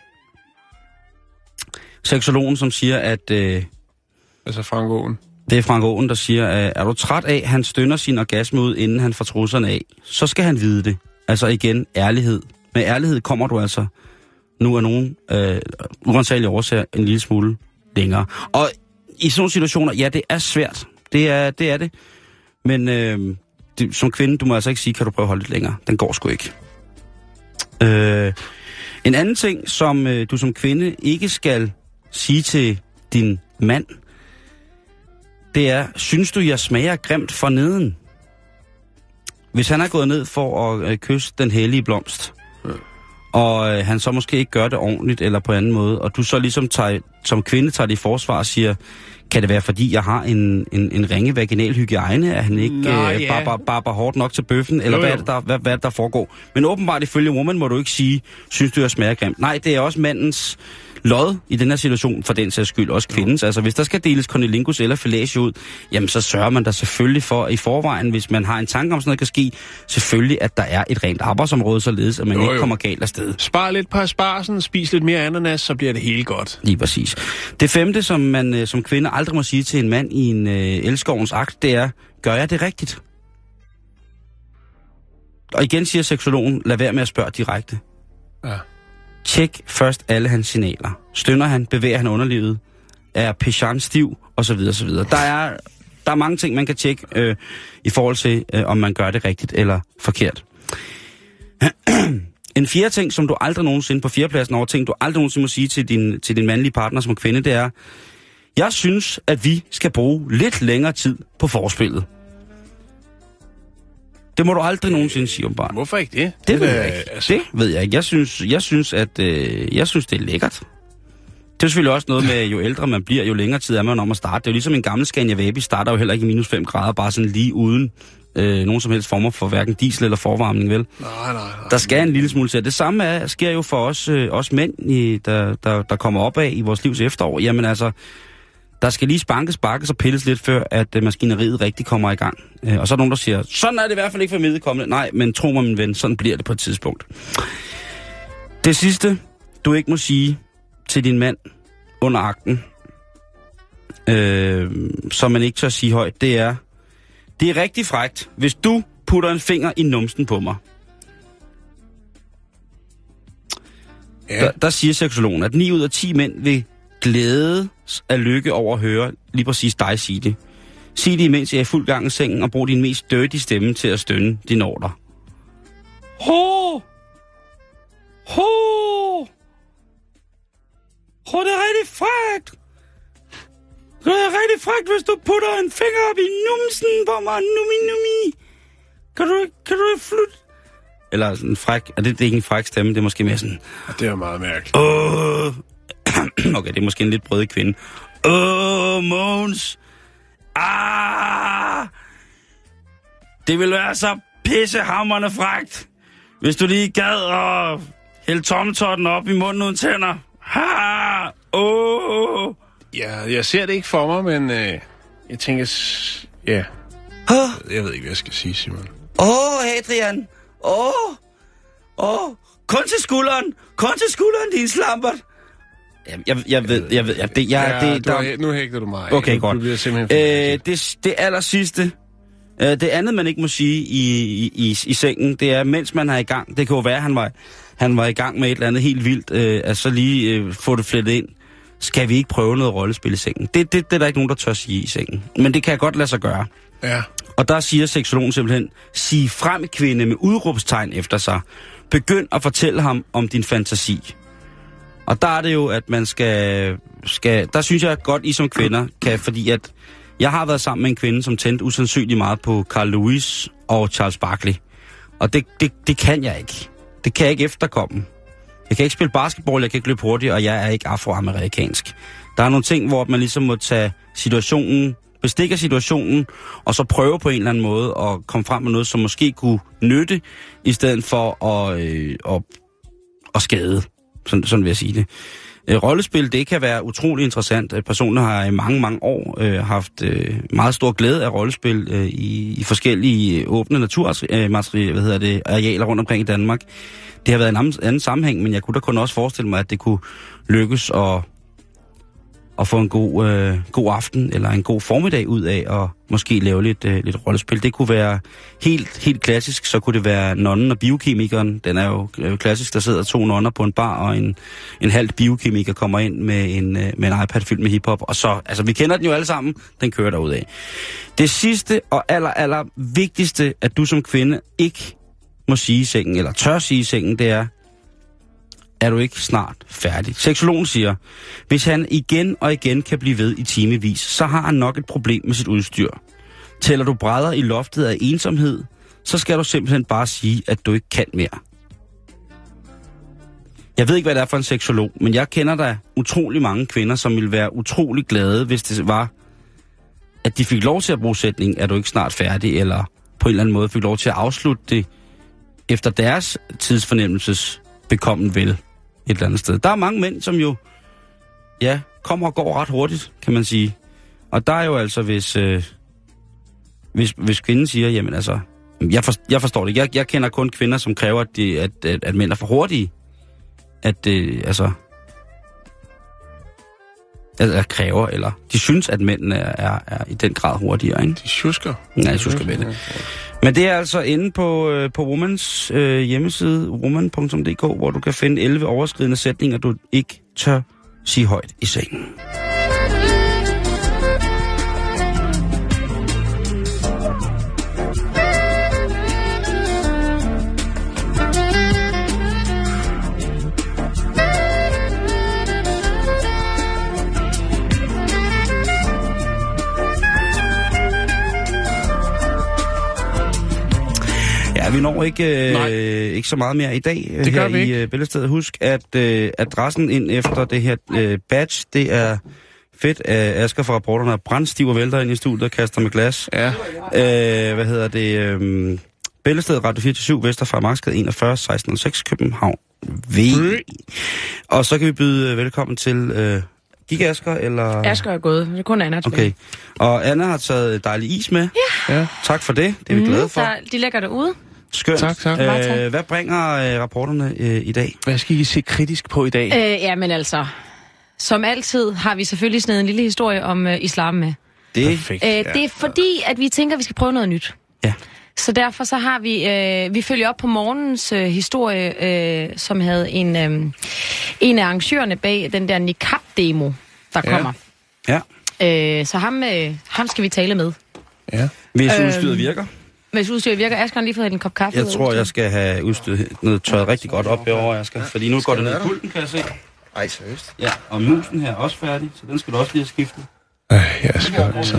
Speaker 4: seksologen, som siger, at... Øh,
Speaker 5: altså Frank Aaen.
Speaker 4: Det er Frank Aaen, der siger, at er du træt af, at han stønner sin orgasme ud, inden han får trusserne af, så skal han vide det. Altså igen, ærlighed. Med ærlighed kommer du altså nu af nogen øh, urensagelige årsager en lille smule længere. Og i sådan nogle situationer, ja, det er svært. Det er det. Er det. Men øh, det, som kvinde, du må altså ikke sige, kan du prøve at holde lidt længere. Den går sgu ikke. Øh, en anden ting, som øh, du som kvinde ikke skal sige til din mand, det er, synes du, jeg smager grimt for neden? Hvis han er gået ned for at øh, kysse den hellige blomst, ja. og øh, han så måske ikke gør det ordentligt eller på anden måde, og du så ligesom tager, som kvinde tager det i forsvar og siger, kan det være, fordi jeg har en, en, en ringe vaginal hygiejne, at han ikke Nå, øh, yeah. bare, bare, bare, bare hårdt nok til bøffen, eller jo, hvad, er det, der, hvad, hvad er det, der foregår? Men åbenbart ifølge Woman må du ikke sige, synes du, jeg smager grimt. Nej, det er også mandens lod i den her situation, for den sags skyld, også kvindens. Altså, hvis der skal deles cornelingus eller fellage ud, jamen, så sørger man der selvfølgelig for, i forvejen, hvis man har en tanke om sådan noget kan ske, selvfølgelig, at der er et rent arbejdsområde, således at man jo, ikke jo. kommer galt afsted. Spar lidt på asparsen, spis lidt mere ananas, så bliver det helt godt. Lige præcis. Det femte, som man som kvinde aldrig må sige til en mand i en øh, elskovens akt, det er, gør jeg det rigtigt? Og igen siger seksologen, lad være med at spørge direkte. Ja. Tjek først alle hans signaler. Stønner han, bevæger han underlivet, er pechan stiv, osv. osv. Der er, der er mange ting, man kan tjekke øh, i forhold til, øh, om man gør det rigtigt eller forkert. En fjerde ting, som du aldrig nogensinde på fjerdepladsen over ting, du aldrig nogensinde må sige til din, til din mandlige partner som kvinde, det er, jeg synes, at vi skal bruge lidt længere tid på forspillet. Det må du aldrig nogensinde sige om barn.
Speaker 5: Hvorfor ikke det?
Speaker 4: Det, det ved jeg ikke. Altså... Det ved jeg ikke. Jeg synes, jeg synes, at øh, jeg synes, det er lækkert. Det er selvfølgelig også noget med, jo ældre man bliver, jo længere tid er man om at starte. Det er jo ligesom en gammel Scania Vabi starter jo heller ikke i minus fem grader, bare sådan lige uden øh, nogen som helst former for hverken diesel eller forvarmning, vel?
Speaker 5: Nej, nej, nej.
Speaker 4: Der skal en lille smule til. Det samme er, sker jo for os, øh, os mænd, i, der, der, der kommer op af i vores livs efterår. Jamen altså, der skal lige spankes, bakkes og pilles lidt, før at øh, maskineriet rigtig kommer i gang. Øh, og så er nogen, der siger, sådan er det i hvert fald ikke for medkommende. Nej, men tro mig, min ven, sådan bliver det på et tidspunkt. Det sidste, du ikke må sige til din mand under akten, øh, som man ikke tør sige højt, det er, det er rigtig frækt, hvis du putter en finger i numsen på mig. Ja. Der, der siger seksologen, at ni ud af ti mænd vil glæde af lykke over at høre lige præcis dig sige det. Sig det, imens jeg er i fuld gang i sengen, og brug din mest dirty stemme til at stønne din ordre. Ho! Ho! Ho, det er rigtig frækt! Det er rigtig frækt, hvis du putter en finger op i numsen på mig. Numi, numi. Kan du, kan du flutte? Eller sådan en fræk. Er det, det er ikke en fræk stemme, det er måske mere sådan...
Speaker 5: Ja, det er meget mærkeligt.
Speaker 4: Åh... Okay, det er måske en lidt brøde kvinde. Åh, oh, Måns. Ah! Det ville være så pissehamrende frækt, hvis du lige gad at hælde tommeltotten op i munden uden tænder. Ha! Åh! Oh.
Speaker 5: Ja, jeg ser det ikke for mig, men øh, jeg tænker... Ja.
Speaker 4: Huh?
Speaker 5: Jeg ved ikke, hvad jeg skal sige, Simon.
Speaker 4: Åh, oh, Adrian. Åh! Oh. Åh! Oh. Kun til skulderen! Kun til skulderen, din slampert! Jeg, jeg, jeg ved, jeg ved, jeg, det, jeg,
Speaker 5: ja,
Speaker 4: det,
Speaker 5: der...
Speaker 4: der...
Speaker 5: nu hægter du mig.
Speaker 4: Okay,
Speaker 5: du,
Speaker 4: godt.
Speaker 5: Du bliver simpelthen
Speaker 4: øh, det, det aller sidste, øh, det andet, man ikke må sige i, i, i, i sengen, det er, mens man er i gang, det kan jo være, at han var, han var i gang med et eller andet helt vildt, øh, at så lige øh, få det flettet ind. Skal vi ikke prøve noget rollespil i sengen? Det, det, det er der ikke nogen, der tør sige i sengen. Men det kan jeg godt lade sig gøre.
Speaker 5: Ja.
Speaker 4: Og der siger seksologen simpelthen, sig frem kvinde med udråbstegn efter sig. Begynd at fortælle ham om din fantasi. Og der er det jo, at man skal... skal der synes jeg godt, I som kvinder kan, fordi at jeg har været sammen med en kvinde, som tændte usandsynligt meget på Carl Lewis og Charles Barkley. Og det, det, det kan jeg ikke. Det kan jeg ikke efterkomme. Jeg kan ikke spille basketball, jeg kan ikke løbe hurtigt, og jeg er ikke afroamerikansk. Der er nogle ting, hvor man ligesom må tage situationen, bestikke situationen, og så prøve på en eller anden måde at komme frem med noget, som måske kunne nytte, i stedet for at, øh, at, at skade. Sådan, sådan vil jeg sige det. Øh, rollespil, det kan være utrolig interessant. Personer har i mange, mange år øh, haft øh, meget stor glæde af rollespil øh, i, i forskellige åbne naturmaterialer, hvad hedder det, arealer rundt omkring i Danmark. Det har været en anden, anden sammenhæng, men jeg kunne da kun også forestille mig, at det kunne lykkes at, at få en god, øh, god aften eller en god formiddag ud af at måske lave lidt, øh, lidt rollespil. Det kunne være helt, helt klassisk, så kunne det være nonnen og biokemikeren. Den er jo øh, klassisk, der sidder to nonner på en bar, og en, en halvt biokemiker kommer ind med en, øh, med en iPad fyldt med hiphop. Og så, altså vi kender den jo alle sammen, den kører derudad. Det sidste og aller, aller vigtigste, at du som kvinde ikke må sige i sengen, eller tør sige i sengen, det er, er du ikke snart færdig? Seksologen siger, hvis han igen og igen kan blive ved i timevis, så har han nok et problem med sit udstyr. Tæller du brædder i loftet af ensomhed, så skal du simpelthen bare sige, at du ikke kan mere. Jeg ved ikke, hvad det er for en seksolog, men jeg kender da utrolig mange kvinder, som ville være utrolig glade, hvis det var, at de fik lov til at bruge sætningen, er du ikke snart færdig, eller på en eller anden måde fik lov til at afslutte det efter deres tidsfornemmelses bekommen vel et eller andet sted. Der er mange mænd, som jo, ja, kommer og går ret hurtigt, kan man sige. Og der er jo altså, hvis, øh, hvis, hvis kvinden siger, jamen altså, jeg, for, jeg forstår det. Jeg, jeg kender kun kvinder, som kræver, at, de, at, at, at mænd er for hurtige. At, øh, altså, at kræver, eller de synes, at mændene er, er, er i den grad hurtigere, ikke?
Speaker 5: De sjusker.
Speaker 4: Nej, de sjusker ved det. Men det er altså inde på, øh, på Womans øh, hjemmeside, woman punktum d k, hvor du kan finde elleve overskridende sætninger, du ikke tør sige højt i sengen. Ja, vi når ikke, øh, ikke så meget mere i dag øh, her i øh, Bæltestedet. Husk, at øh, adressen ind efter det her øh, badge, det er fedt. Øh, Asger fra rapporterne er brandstiv og vælter ind i studiet og kaster med glas.
Speaker 5: Ja.
Speaker 4: Øh, hvad hedder det? Øh, Bæltestedet, Radio fire syv, Vesterfra Marksgade enogfyrre seksten nul seks, København V. Og så kan vi byde velkommen til... Øh, Gik Asger, eller...
Speaker 7: Asger er gået. Det er kun Anna tilbage.
Speaker 4: Okay. Og Anna har taget dejlig is med.
Speaker 7: Ja.
Speaker 5: Ja.
Speaker 4: Tak for det. Det er vi mm, glade for.
Speaker 7: Der, de ligger derude.
Speaker 4: Skønt.
Speaker 5: Tak, tak.
Speaker 4: Øh, hvad bringer øh, rapporterne øh, i dag?
Speaker 5: Hvad skal I se kritisk på i dag?
Speaker 7: Øh, ja, men altså... Som altid har vi selvfølgelig snedet en lille historie om øh, islam med.
Speaker 4: Det,
Speaker 5: Perfekt.
Speaker 7: Øh,
Speaker 5: Ja.
Speaker 7: det er fordi, at vi tænker, at vi skal prøve noget nyt.
Speaker 4: Ja.
Speaker 7: Så derfor så har vi... Øh, vi følger op på morgens øh, historie, øh, som havde en, øh, en af arrangørerne bag den der niqab-demo, der
Speaker 5: Ja.
Speaker 7: kommer.
Speaker 4: Ja.
Speaker 7: Øh, så ham, øh, ham skal vi tale med.
Speaker 5: Ja.
Speaker 4: Hvis
Speaker 7: Øhm,
Speaker 4: udstyret virker.
Speaker 7: Hvis udstyret virker, Asger har lige fået en kop kaffe.
Speaker 4: Jeg
Speaker 7: ud af
Speaker 4: tror,
Speaker 7: udstyret.
Speaker 4: jeg skal have udstyret noget tørret rigtig godt op herovre, Asger. Fordi nu går det ned i pulten, kan jeg se.
Speaker 8: Ej, seriøst?
Speaker 4: Ja, og musen her er også færdig, så den skal du også lige have skiftet.
Speaker 5: Øh, jeg skal altså.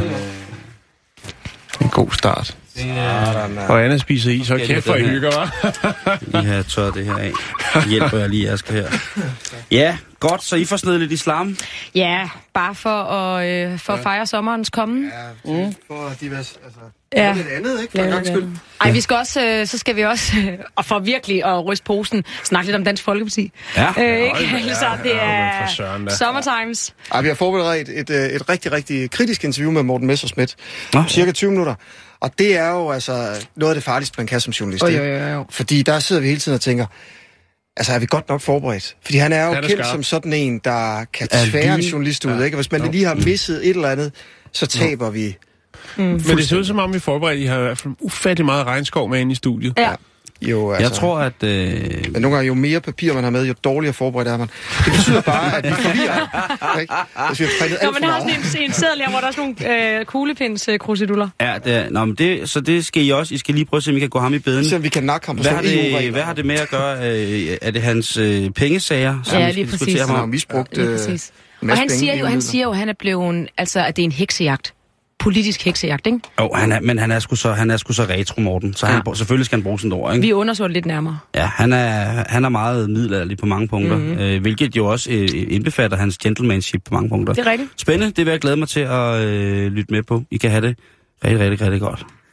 Speaker 5: En god start.
Speaker 4: Det er...
Speaker 5: Og Anna spiser is, så
Speaker 4: Ja,
Speaker 5: kæft
Speaker 4: det
Speaker 5: for
Speaker 4: er
Speaker 5: I
Speaker 4: den her.
Speaker 5: hygger, hva'?
Speaker 4: lige have tørret det her af. Så hjælper jeg lige Asger her. Ja, godt, så I får snedet lidt islam.
Speaker 7: Ja, bare for at, øh, for at fejre sommerens komme.
Speaker 8: Ja, mm. for divers, altså...
Speaker 7: Ja.
Speaker 8: Ja. Lidt andet, ikke? For en gang skyld.
Speaker 7: Ej, vi skal også, øh, så skal vi også, øh, og for virkelig at ryste posen, snakke lidt om Dansk Folkeparti.
Speaker 4: Ja.
Speaker 7: Øh, ikke?
Speaker 5: ja,
Speaker 7: Altså, det
Speaker 5: ja, men
Speaker 7: er
Speaker 5: for søren da.
Speaker 7: Summertimes.
Speaker 8: Ej, vi har forberedt et, et, et rigtig, rigtig kritisk interview med Morten Messerschmidt.
Speaker 4: Nå.
Speaker 8: Cirka tyve minutter. Og det er jo altså noget af det farligste, man kan som journalist.
Speaker 7: Jo,
Speaker 8: ikke?
Speaker 7: jo, jo, jo.
Speaker 8: Fordi der sidder vi hele tiden og tænker, altså er vi godt nok forberedt? Fordi han er jo
Speaker 5: Han er
Speaker 8: kendt
Speaker 5: skarp.
Speaker 8: som sådan en, der kan
Speaker 4: Er
Speaker 8: tvære en
Speaker 4: lyn.
Speaker 8: journalist ud. Ikke? Og hvis man lige har misset et eller andet, så taber vi.
Speaker 7: Mm.
Speaker 5: Men det ser ud som om, vi forbereder, I har i hvert fald ufattelig meget regnskov med ind i studiet.
Speaker 7: Ja.
Speaker 8: Jo, altså,
Speaker 4: Jeg tror, at... Øh...
Speaker 8: Men nogle gange, jo mere papir man har med, jo dårligere forberedt er man. Det betyder bare, at vi forvirrer. Ikke? Hvis vi har printet
Speaker 7: Når
Speaker 8: alt for
Speaker 7: man har
Speaker 8: meget.
Speaker 7: sådan en, en seddel her, hvor der er sådan nogle øh, kuglepindskruseduller.
Speaker 4: Ja, det er, nå, men det, så det skal I også. I skal lige prøve at se, om I kan gå ham i beden.
Speaker 8: Så vi kan nakke ham på
Speaker 4: Hvad
Speaker 8: sådan
Speaker 4: har,
Speaker 8: E U-regler.
Speaker 4: det, hvad har det med at gøre? Øh, er det hans øh, pengesager, som
Speaker 7: Ja,
Speaker 4: vi skal
Speaker 7: lige præcis.
Speaker 4: diskutere
Speaker 8: Han
Speaker 4: ham
Speaker 8: har
Speaker 4: om?
Speaker 8: misbrugt
Speaker 7: Lige
Speaker 8: øh,
Speaker 7: præcis.
Speaker 8: en
Speaker 7: Og
Speaker 8: masse
Speaker 7: han
Speaker 8: penge,
Speaker 7: siger jo, han
Speaker 8: E U-midler.
Speaker 7: siger jo, at han er blevet, altså, at det er en heksejagt. Politisk heksejagt, ikke?
Speaker 4: Jo, han er, men han er sgu så, han er sgu så retro, Morten. Så
Speaker 7: Ja.
Speaker 4: han, selvfølgelig skal han bruge sådan et ord, ikke?
Speaker 7: Vi undersøger det lidt nærmere.
Speaker 4: Ja, han er, han er meget middelalderlig på mange punkter,
Speaker 7: Mhm.
Speaker 4: mm-hmm. øh, hvilket jo også øh, indbefatter hans gentlemanship på mange punkter.
Speaker 7: Det er rigtigt.
Speaker 4: Spændende, det vil jeg glæde mig til at øh, lytte med på. I kan have det rigtig, rigtig, rigtig godt.